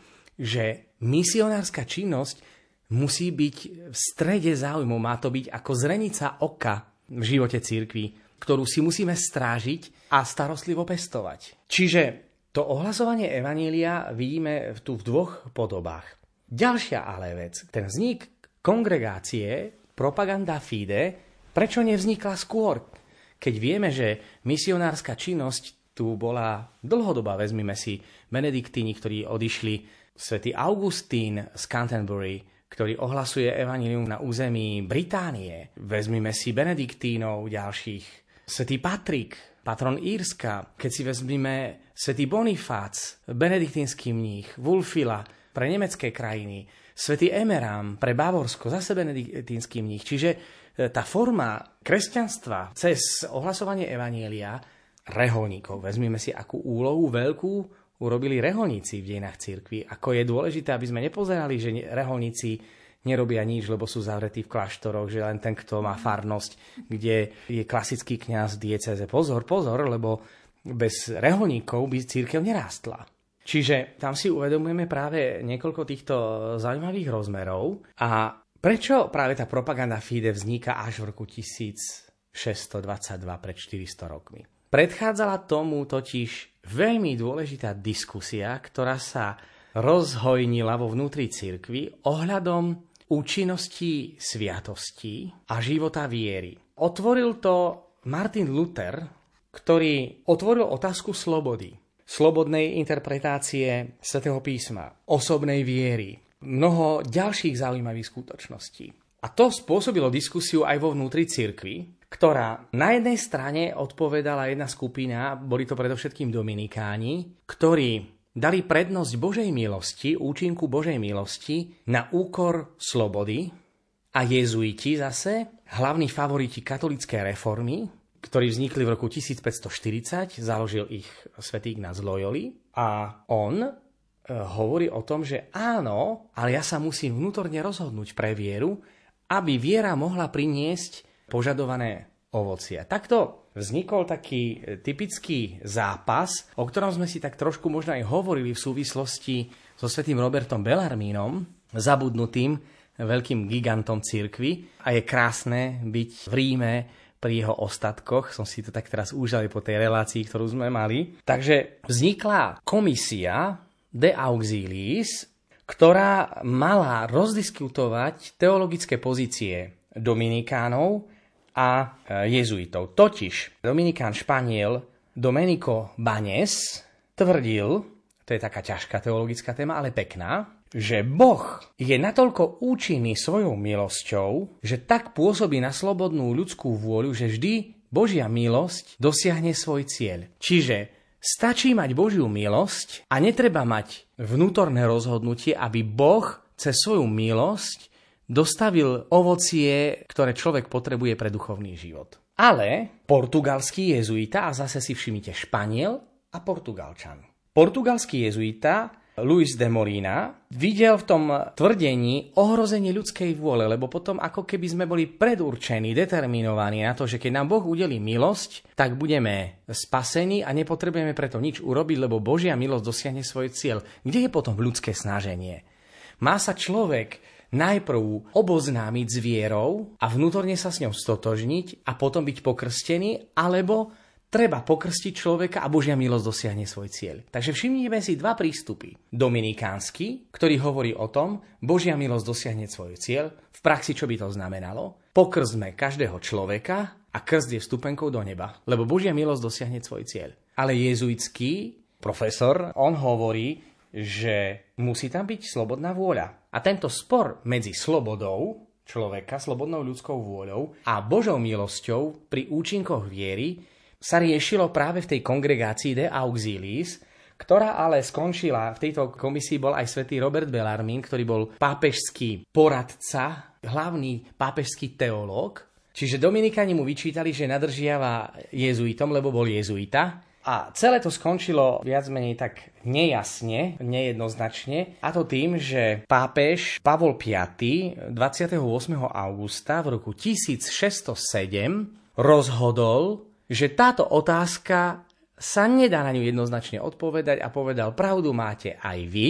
[SPEAKER 2] že misionárska činnosť musí byť v strede záujmu, má to byť ako zrenica oka v živote cirkvi, ktorú si musíme strážiť a starostlivo pestovať. Čiže to ohlasovanie evanília vidíme tu v dvoch podobách. Ďalšia ale vec, ten vznik kongregácie, propaganda fide, prečo nevznikla skôr? Keď vieme, že misionárska činnosť tu bola dlhodobá, vezmime si Benediktíni, ktorí odišli, svätý Augustín z Canterbury, ktorý ohlasuje evanjelium na území Británie. Vezmime si Benediktínov ďalších. Svätý Patrik, patron Írska. Keď si vezmeme svätý Bonifác, benediktínsky mních, Wulfila pre nemecké krajiny. Svätý Emerám pre Bavorsko, zase benediktínsky mních. Čiže tá forma kresťanstva cez ohlasovanie evanjelia reholníkov. Vezmime si, akú úlohu veľkú urobili reholníci v dejinách cirkvi. Ako je dôležité, aby sme nepozerali, že reholníci nerobia nič, lebo sú zavretí v kláštoroch, že len ten, kto má farnosť, kde je klasický kňaz v diecéze. Pozor, pozor, lebo bez reholníkov by cirkev nerástla. Čiže tam si uvedomujeme práve niekoľko týchto zaujímavých rozmerov. A prečo práve tá propaganda fide vzniká až v roku tisícšesťstodvadsaťdva, pred štyristo rokmi? Predchádzala tomu totiž veľmi dôležitá diskusia, ktorá sa rozhojnila vo vnútri cirkvi ohľadom účinnosti sviatostí a života viery. Otvoril to Martin Luther, ktorý otvoril otázku slobody, slobodnej interpretácie Svätého písma, osobnej viery, mnoho ďalších zaujímavých skutočností. A to spôsobilo diskusiu aj vo vnútri cirkvi, ktorá na jednej strane odpovedala jedna skupina, boli to predovšetkým dominikáni, ktorí dali prednosť Božej milosti, účinku Božej milosti na úkor slobody, a jezuiti zase, hlavní favoriti katolíckej reformy, ktorí vznikli v roku tisícpäťstoštyridsať, založil ich svätý Ignác z Loyoli, a on e, hovorí o tom, že áno, ale ja sa musím vnútorne rozhodnúť pre vieru, aby viera mohla priniesť požadované ovocie. Takto vznikol taký typický zápas, o ktorom sme si tak trošku možno aj hovorili v súvislosti so svätým Robertom Bellarmínom, zabudnutým veľkým gigantom cirkvi. A je krásne byť v Ríme pri jeho ostatkoch. Som si to tak teraz užal po tej relácii, ktorú sme mali. Takže vznikla komisia De Auxiliis, ktorá mala rozdiskutovať teologické pozície dominikánov a jezuitov. Totiž dominikán Španiel Domenico Banes tvrdil, to je taká ťažká teologická téma, ale pekná, že Boh je natoľko účinný svojou milosťou, že tak pôsobí na slobodnú ľudskú vôľu, že vždy Božia milosť dosiahne svoj cieľ. Čiže stačí mať Božiu milosť a netreba mať vnútorné rozhodnutie, aby Boh cez svoju milosť dostavil ovocie, ktoré človek potrebuje pre duchovný život. Ale portugalský jezuita, a zase si všimnite Španiel a Portugalčan. Portugalský jezuita Luis de Molina videl v tom tvrdení ohrozenie ľudskej vôle, lebo potom ako keby sme boli predurčení, determinovaní na to, že keď nám Boh udelí milosť, tak budeme spasení a nepotrebujeme preto nič urobiť, lebo Božia milosť dosiahne svoj cieľ. Kde je potom ľudské snaženie? Má sa človek najprv oboznámiť s vierou a vnútorne sa s ňou stotožniť a potom byť pokrstený, alebo treba pokrstiť človeka a Božia milosť dosiahne svoj cieľ. Takže všimnime si dva prístupy. Dominikánsky, ktorý hovorí o tom, Božia milosť dosiahne svoj cieľ. V praxi čo by to znamenalo? Pokrzme každého človeka a krst je vstupenkou do neba, lebo Božia milosť dosiahne svoj cieľ. Ale jezuitský profesor, on hovorí, že musí tam byť slobodná vôľa. A tento spor medzi slobodou človeka, slobodnou ľudskou vôľou a Božou milosťou pri účinkoch viery sa riešilo práve v tej kongregácii De Auxiliis, ktorá ale skončila, v tejto komisii bol aj svätý Robert Bellarmín, ktorý bol pápežský poradca, hlavný pápežský teológ. Čiže Dominikáni mu vyčítali, že nadržiava jezuitom, lebo bol jezuita. A celé to skončilo viac menej tak nejasne, nejednoznačne. A to tým, že pápež Pavol piaty dvadsiateho ôsmeho augusta v roku tisícšesťstosedem rozhodol, že táto otázka sa nedá na ňu jednoznačne odpovedať a povedal, pravdu máte aj vy,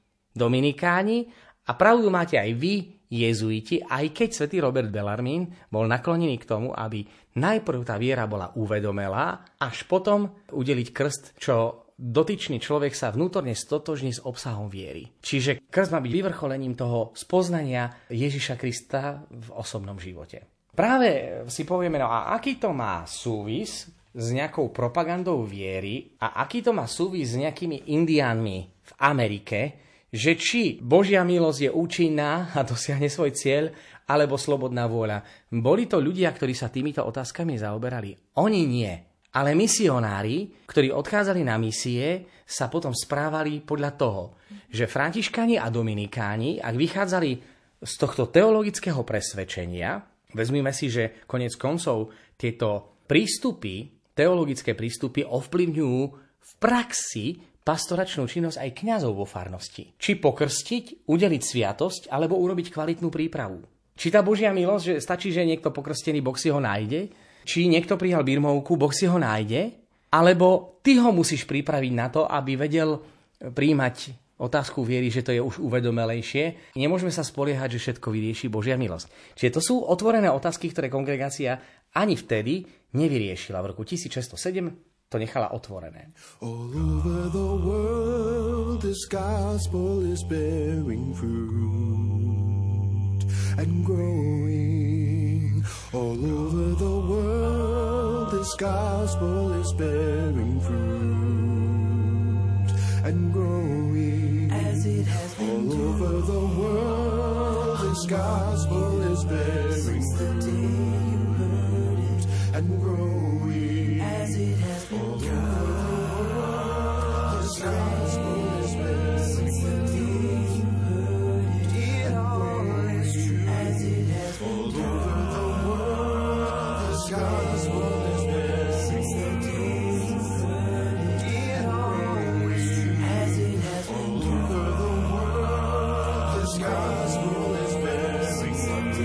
[SPEAKER 2] Dominikáni, a pravdu máte aj vy, jezuiti, aj keď svätý Robert Bellarmín bol naklonený k tomu, aby najprv tá viera bola uvedomelá, až potom udeliť krst, čo dotyčný človek sa vnútorne stotožní s obsahom viery. Čiže krst má byť vyvrcholením toho spoznania Ježiša Krista v osobnom živote. Práve si povieme, no a aký to má súvis s nejakou propagandou viery a aký to má súvis s nejakými indiánmi v Amerike, že či Božia milosť je účinná a dosiahne svoj cieľ, alebo slobodná vôľa. Boli to ľudia, ktorí sa týmito otázkami zaoberali? Oni nie. Ale misionári, ktorí odchádzali na misie, sa potom správali podľa toho, že Františkáni a Dominikáni, ak vychádzali z tohto teologického presvedčenia, vezmime si, že konec koncov tieto prístupy, teologické prístupy ovplyvňujú v praxi pastoračnú činnosť aj kňazov vo farnosti. Či pokrstiť, udeliť sviatosť, alebo urobiť kvalitnú prípravu. Či tá Božia milosť, že stačí, že niekto pokrstený, Boh si ho nájde, či niekto prijal birmovku, Boh si ho nájde, alebo ty ho musíš pripraviť na to, aby vedel príjmať otázku viery, že to je už uvedomelejšie. Nemôžeme sa spoliehať, že všetko vyrieši Božia milosť. Čiže to sú otvorené otázky, ktoré kongregácia ani vtedy nevyriešila. V roku tisícšesťstosedem to nechala otvorené.
[SPEAKER 3] All over the world this gospel is bearing fruit and growing. All over the world this gospel is bearing fruit and growing. As it has been all over the world this gospel is bearing fruit and growing. As it has been all over the world this gospel is bearing fruit and growing. As it has been all over the world this gospel is bearing fruit and growing. As it has been all over the world this gospel is bearing fruit and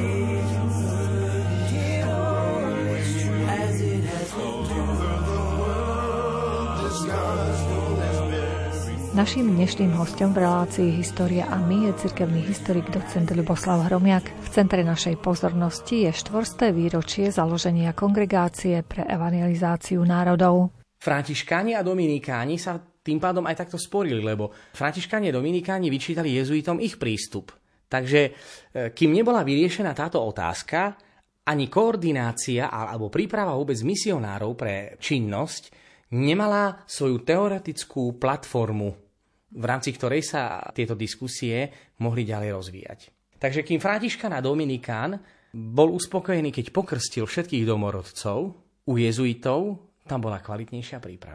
[SPEAKER 3] growing. As it has been all over the world this gospel is bearing.
[SPEAKER 1] Naším dnešným hostom v relácii História a my je cirkevný historik docent Ľuboslav Hromiak. V centre našej pozornosti je štvorsté výročie založenia Kongregácie pre evangelizáciu národov.
[SPEAKER 2] Františkáni a Dominikáni sa tým pádom aj takto sporili, lebo Františkáni a Dominikáni vyčítali jezuitom ich prístup. Takže kým nebola vyriešená táto otázka, ani koordinácia alebo príprava vôbec misionárov pre činnosť nemala svoju teoretickú platformu, v rámci ktorej sa tieto diskusie mohli ďalej rozvíjať. Takže kým Františkán a Dominikán bol uspokojený, keď pokrstil všetkých domorodcov, u jezuitov tam bola kvalitnejšia príprava.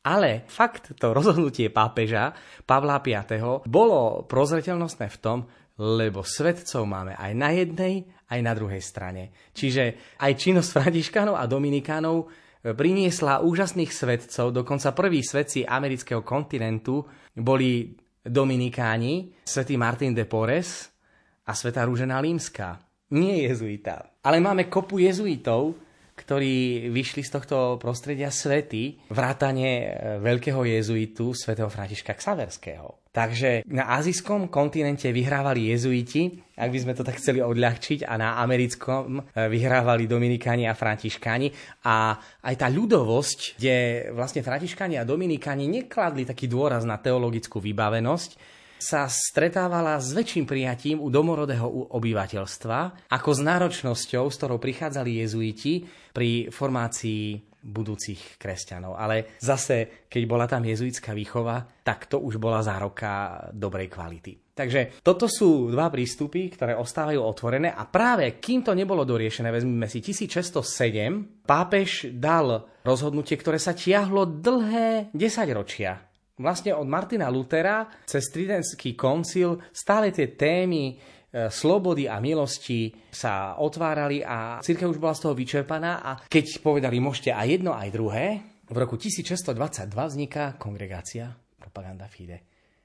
[SPEAKER 2] Ale fakt, to rozhodnutie pápeža Pavla piateho bolo prozreteľnostné v tom, lebo svetcov máme aj na jednej, aj na druhej strane. Čiže aj činnosť františkánov a dominikánov priniesla úžasných svetcov, dokonca prví svetci amerického kontinentu boli dominikáni, svätý Martin de Porres a svätá Rúžena Límska. Nie jezuita, ale máme kopu jezuitov, ktorí vyšli z tohto prostredia svety, vrátane veľkého jezuitu svätého Františka Xaverského. Takže na azijskom kontinente vyhrávali jezuiti, ak by sme to tak chceli odľahčiť, a na americkom vyhrávali dominikáni a františkáni. A aj tá ľudovosť, kde vlastne františkáni a dominikáni nekladli taký dôraz na teologickú vybavenosť, sa stretávala s väčším prijatím u domorodého obyvateľstva, ako s náročnosťou, s ktorou prichádzali jezuiti pri formácii budúcich kresťanov. Ale zase, keď bola tam jezuitská výchova, tak to už bola zároka dobrej kvality. Takže toto sú dva prístupy, ktoré ostávajú otvorené, a práve kým to nebolo doriešené, vezmime si tisícšesťstosedem, pápež dal rozhodnutie, ktoré sa tiahlo dlhé desaťročia. Vlastne od Martina Luthera cez Tridentský koncil stále tie témy e, slobody a milosti sa otvárali a cirkev už bola z toho vyčerpaná, a keď povedali môžete aj jedno, aj druhé, v roku tisícšesťstodvadsaťdva vzniká kongregácia Propaganda Fide,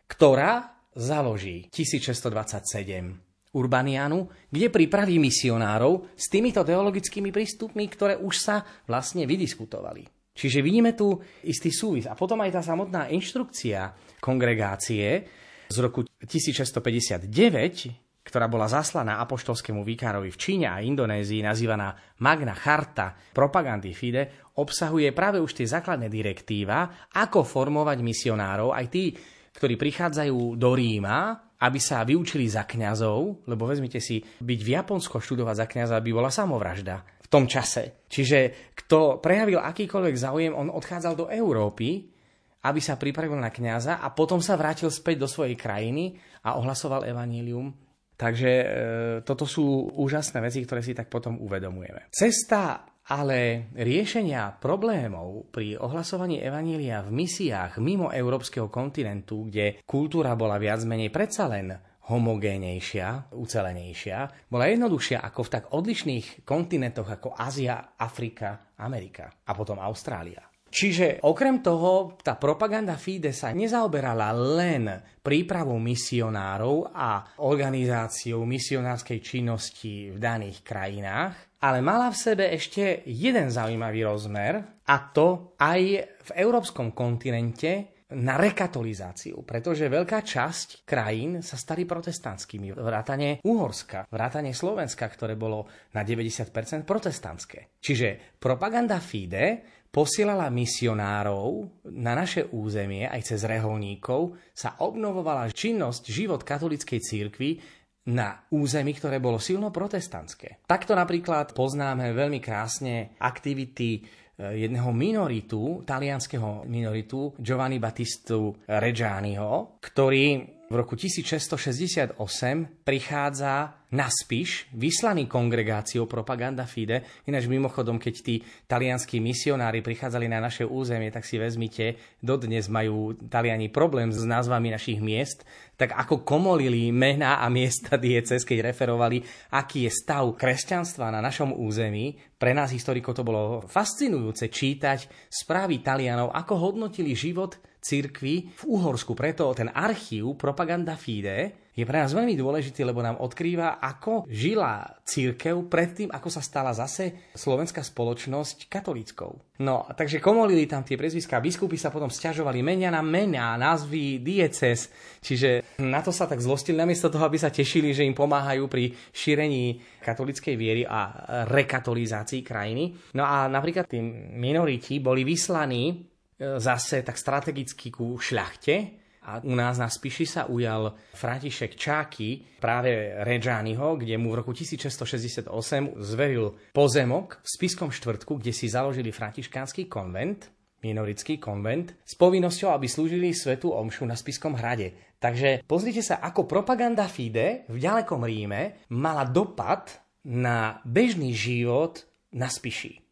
[SPEAKER 2] ktorá založí tisícšesťstodvadsaťsedem Urbanianu, kde pripraví misionárov s týmito teologickými prístupmi, ktoré už sa vlastne vydiskutovali. Čiže vidíme tu istý súvis. A potom aj tá samotná inštrukcia kongregácie z roku tisícšesťstopäťdesiatdeväť, ktorá bola zaslaná apoštolskému vikárovi v Číne a Indonézii, nazývaná Magna Charta Propagandy Fide, obsahuje práve už tie základné direktíva, ako formovať misionárov, aj tí, ktorí prichádzajú do Ríma, aby sa vyučili za kňazov, lebo vezmite si, byť v Japonsku študovať za kňaza by bola samovražda v tom čase. Čiže kto prejavil akýkoľvek záujem, on odchádzal do Európy, aby sa pripravil na kňaza, a potom sa vrátil späť do svojej krajiny a ohlasoval evanjelium. Takže e, toto sú úžasné veci, ktoré si tak potom uvedomujeme. Cesta ale riešenia problémov pri ohlasovaní evanjelia v misiách mimo európskeho kontinentu, kde kultúra bola viac menej predsa len homogénejšia, ucelenejšia, bola jednoduchšia ako v tak odlišných kontinentoch ako Ázia, Afrika, Amerika a potom Austrália. Čiže okrem toho, tá Propaganda Fide sa nezaoberala len prípravou misionárov a organizáciou misionárskej činnosti v daných krajinách, ale mala v sebe ešte jeden zaujímavý rozmer, a to aj v európskom kontinente na rekatolizáciu, pretože veľká časť krajín sa stali protestantskými. Vrátane Uhorska, vrátane Slovenska, ktoré bolo na deväťdesiat percent protestantské. Čiže Propaganda Fide posielala misionárov na naše územie, aj cez reholníkov sa obnovovala činnosť, život katolíckej cirkvi na území, ktoré bolo silno protestantské. Takto napríklad poznáme veľmi krásne aktivity jedného minoritu, talianskeho minoritu, Giovanni Battistu Reggianiho, ktorý v roku tisícšesťstošesťdesiatosem prichádza na Spiš, vyslaný kongregáciou Propaganda Fide. Ináč mimochodom, keď tí talianskí misionári prichádzali na naše územie, tak si vezmite, dodnes majú Taliani problém s názvami našich miest, tak ako komolili mená a miesta diecéz, keď referovali, aký je stav kresťanstva na našom území. Pre nás historikov to bolo fascinujúce čítať správy Talianov, ako hodnotili život cirkvi v Uhorsku. Preto ten archív Propaganda Fide je pre nás veľmi dôležitý, lebo nám odkrýva, ako žila cirkev predtým, ako sa stala zase slovenská spoločnosť katolíckou. No, takže komolili tam tie prezviská, biskupy sa potom sťažovali, menia na mená, názvy diecéz, čiže na to sa tak zlostili, namiesto toho, aby sa tešili, že im pomáhajú pri šírení katolíckej viery a rekatolizácii krajiny. No a napríklad tí minoriti boli vyslaní zase tak strategicky ku šľachte, a u nás na Spiši sa ujal František Čáky práve Reggianiho, kde mu v roku tisícšesťstošesťdesiatosem zveril pozemok v Spiskom štvrtku, kde si založili františkánsky konvent, minoritský konvent, s povinnosťou, aby slúžili svätú omšu na Spiskom hrade. Takže pozrite sa, ako Propaganda Fide v ďalekom Ríme mala dopad na bežný život na Spiši.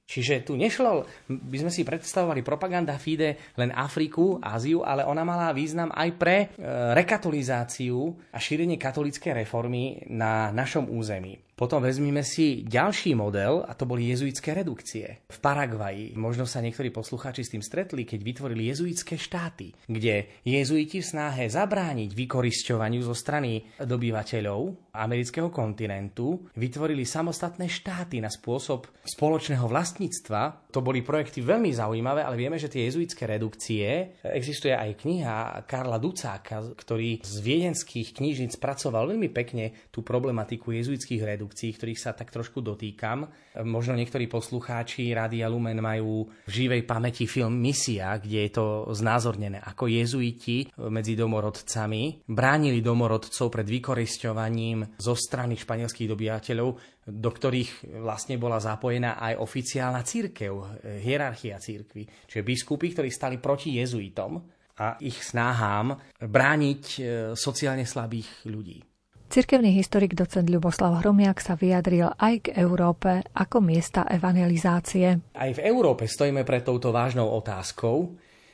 [SPEAKER 2] Čiže tu nešlo, by sme si predstavovali propaganda fide len Afriku, Áziu, ale ona mala význam aj pre e, rekatolizáciu a šírenie katolíckej reformy na našom území. Potom vezmime si ďalší model, a to boli jezuitské redukcie. V Paraguaji, možno sa niektorí poslucháči s tým stretli, keď vytvorili jezuitské štáty, kde jezuiti v snahe zabrániť vykorisťovaniu zo strany dobyvateľov amerického kontinentu vytvorili samostatné štáty na spôsob spoločného vlastníctva. To boli projekty veľmi zaujímavé, ale vieme, že tie jezuitské redukcie, existuje aj kniha Karla Ducáka, ktorý z viedenských knížnic pracoval veľmi pekne tú problematiku jezuitských redukcií, ktorých sa tak trošku dotýkam. Možno niektorí poslucháči Rádia Lumen majú v živej pamäti film Misia, kde je to znázornené, ako jezuiti medzi domorodcami bránili domorodcov pred vykorisťovaním zo strany španielských dobyvateľov, do ktorých vlastne bola zapojená aj oficiálna cirkev, hierarchia cirkvi, čiže biskupy, ktorí stali proti jezuitom a ich snahám brániť sociálne slabých ľudí.
[SPEAKER 1] Cirkevný historik docent Ľuboslav Hromiak sa vyjadril aj k Európe ako miesta evangelizácie.
[SPEAKER 2] Aj v Európe stojíme pred touto vážnou otázkou,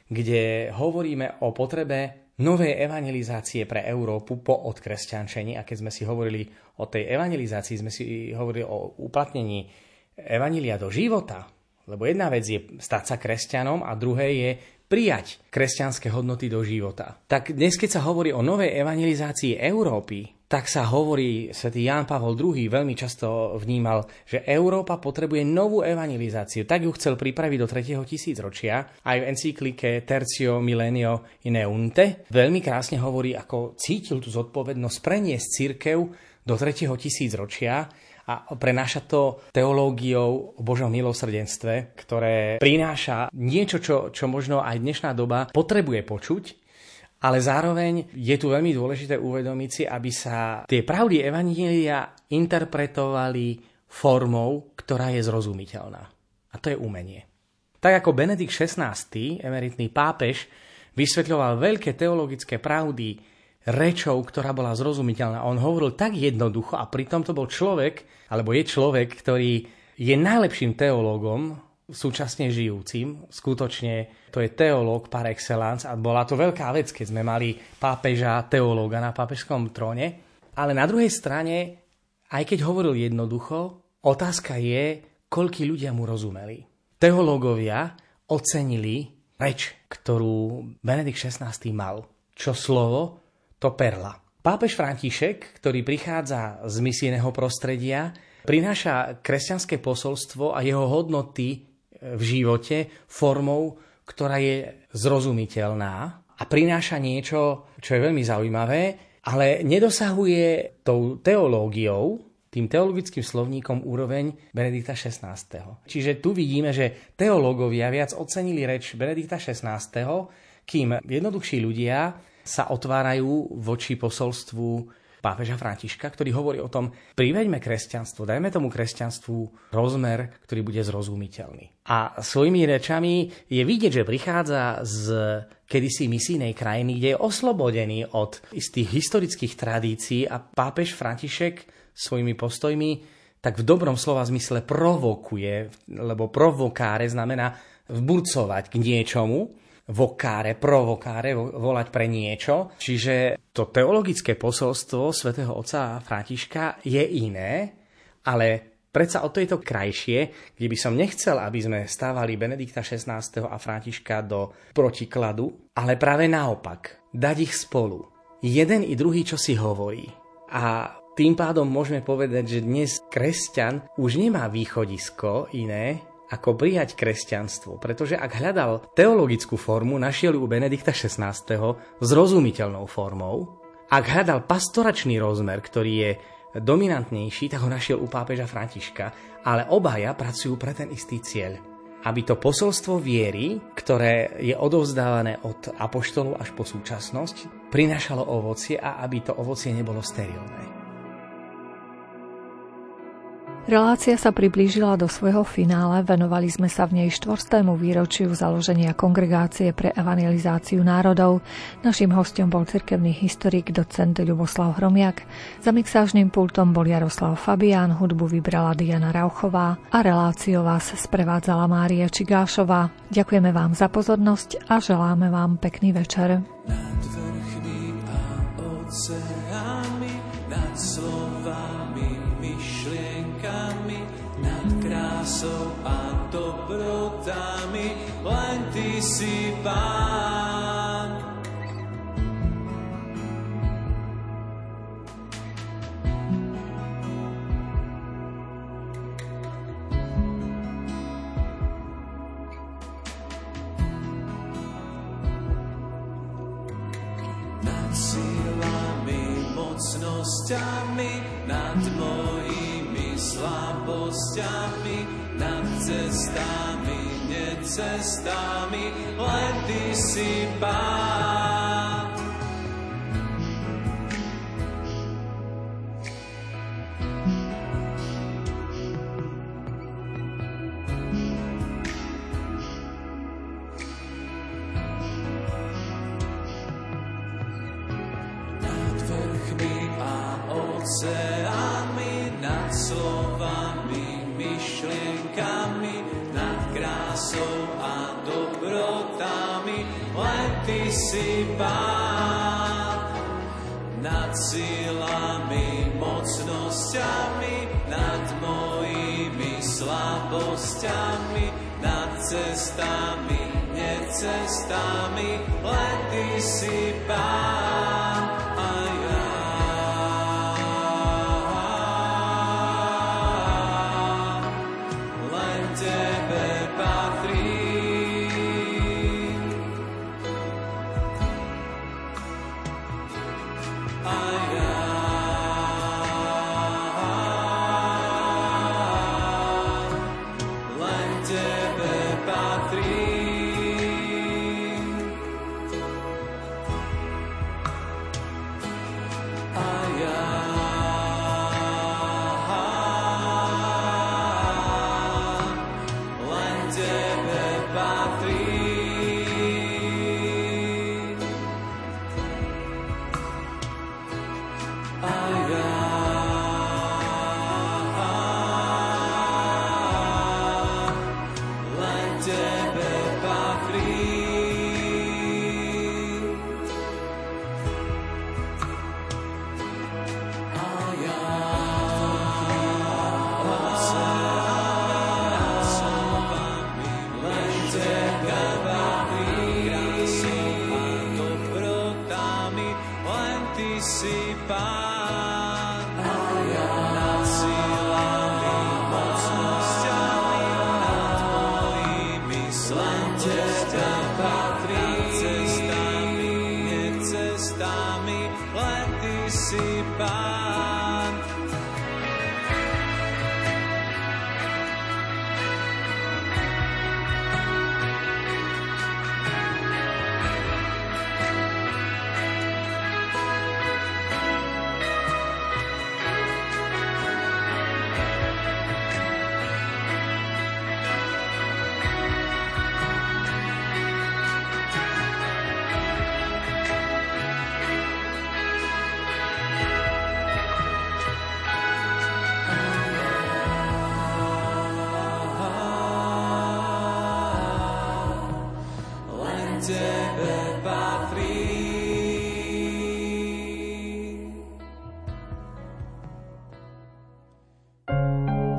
[SPEAKER 2] kde hovoríme o potrebe novej evangelizácie pre Európu po odkresťančení. A keď sme si hovorili o tej evangelizácii, sme si hovorili o uplatnení evangelia do života. Lebo jedna vec je stať sa kresťanom a druhé je prijať kresťanské hodnoty do života. Tak dnes, keď sa hovorí o novej evangelizácii Európy, tak sa hovorí, svätý Ján Pavol druhý veľmi často vnímal, že Európa potrebuje novú evangelizáciu. Tak ju chcel pripraviť do tretieho tisícročia. Aj v encyklike Tertio Millennio in Eunte veľmi krásne hovorí, ako cítil tú zodpovednosť preniesť cirkev do tretieho tisícročia a prenáša to teológiou o Božom milosrdenstve, ktoré prináša niečo, čo, čo možno aj dnešná doba potrebuje počuť. Ale zároveň je tu veľmi dôležité uvedomiť si, aby sa tie pravdy evanjelia interpretovali formou, ktorá je zrozumiteľná. A to je umenie. Tak ako Benedikt šestnásty, emeritný pápež, vysvetľoval veľké teologické pravdy rečou, ktorá bola zrozumiteľná. On hovoril tak jednoducho a pritom to bol človek, alebo je človek, ktorý je najlepším teológom, súčasne žijúcim. Skutočne to je teológ par excellence a bola to veľká vec, keď sme mali pápeža teológa na pápežskom tróne. Ale na druhej strane, aj keď hovoril jednoducho, otázka je, koľkí ľudia mu rozumeli. Teológovia ocenili reč, ktorú Benedikt šestnásty mal. Čo slovo, to perla. Pápež František, ktorý prichádza z misijného prostredia, prináša kresťanské posolstvo a jeho hodnoty v živote formou, ktorá je zrozumiteľná a prináša niečo, čo je veľmi zaujímavé, ale nedosahuje tou teológiou, tým teologickým slovníkom úroveň Benedikta šestnásteho. Čiže tu vidíme, že teológovia viac ocenili reč Benedikta šestnásteho, kým jednoduchší ľudia sa otvárajú voči posolstvu pápeža Františka, ktorý hovorí o tom, priveďme kresťanstvo, dajme tomu kresťanstvu rozmer, ktorý bude zrozumiteľný. A svojimi rečami je vidieť, že prichádza z kedysi misijnej krajiny, kde je oslobodený od istých historických tradícií a pápež František svojimi postojmi tak v dobrom slova zmysle provokuje, lebo provokáre znamená vburcovať k niečomu, vokáre, provokáre, volať pre niečo. Čiže to teologické posolstvo svätého otca Františka je iné, ale predsa o to je to krajšie, kde by som nechcel, aby sme stávali Benedikta šestnásteho a Františka do protikladu, ale práve naopak, dať ich spolu. Jeden i druhý, čo si hovorí. A tým pádom môžeme povedať, že dnes kresťan už nemá východisko iné, ako prijať kresťanstvo, pretože ak hľadal teologickú formu, našiel ju u Benedikta šestnásteho zrozumiteľnou formou. Ak hľadal pastoračný rozmer, ktorý je dominantnejší, tak ho našiel u pápeža Františka, ale obaja pracujú pre ten istý cieľ. Aby to posolstvo viery, ktoré je odovzdávané od apoštolov až po súčasnosť, prinášalo ovocie a aby to ovocie nebolo sterilné.
[SPEAKER 1] Relácia sa priblížila do svojho finále, venovali sme sa v nej štvorstému výročiu založenia Kongregácie pre evangelizáciu národov. Naším hostom bol cirkevný historik docent Ľuboslav Hromiak. Za mixážnym pultom bol Jaroslav Fabián, hudbu vybrala Diana Rauchová a reláciu vás sprevádzala Mária Čigášová. Ďakujeme vám za pozornosť a želáme vám pekný večer.
[SPEAKER 3] Nad vrchmi a oceánmi, nad slovami, myšlienkami, nad krásou a dobrotami, len Ty si Pán. Nad sílami, mocnosťami, nad mojimi slabosťami, nad cestami, necestami, len Ty si Pán. Nad vrchmi a oceánmi, nad slovami, myšlienkami, nad krásou a dobrotami, len Ty si Pán. Nad sílami, mocnosťami, nad mojimi slabosťami, nad cestami, necestami, len Ty si Pán.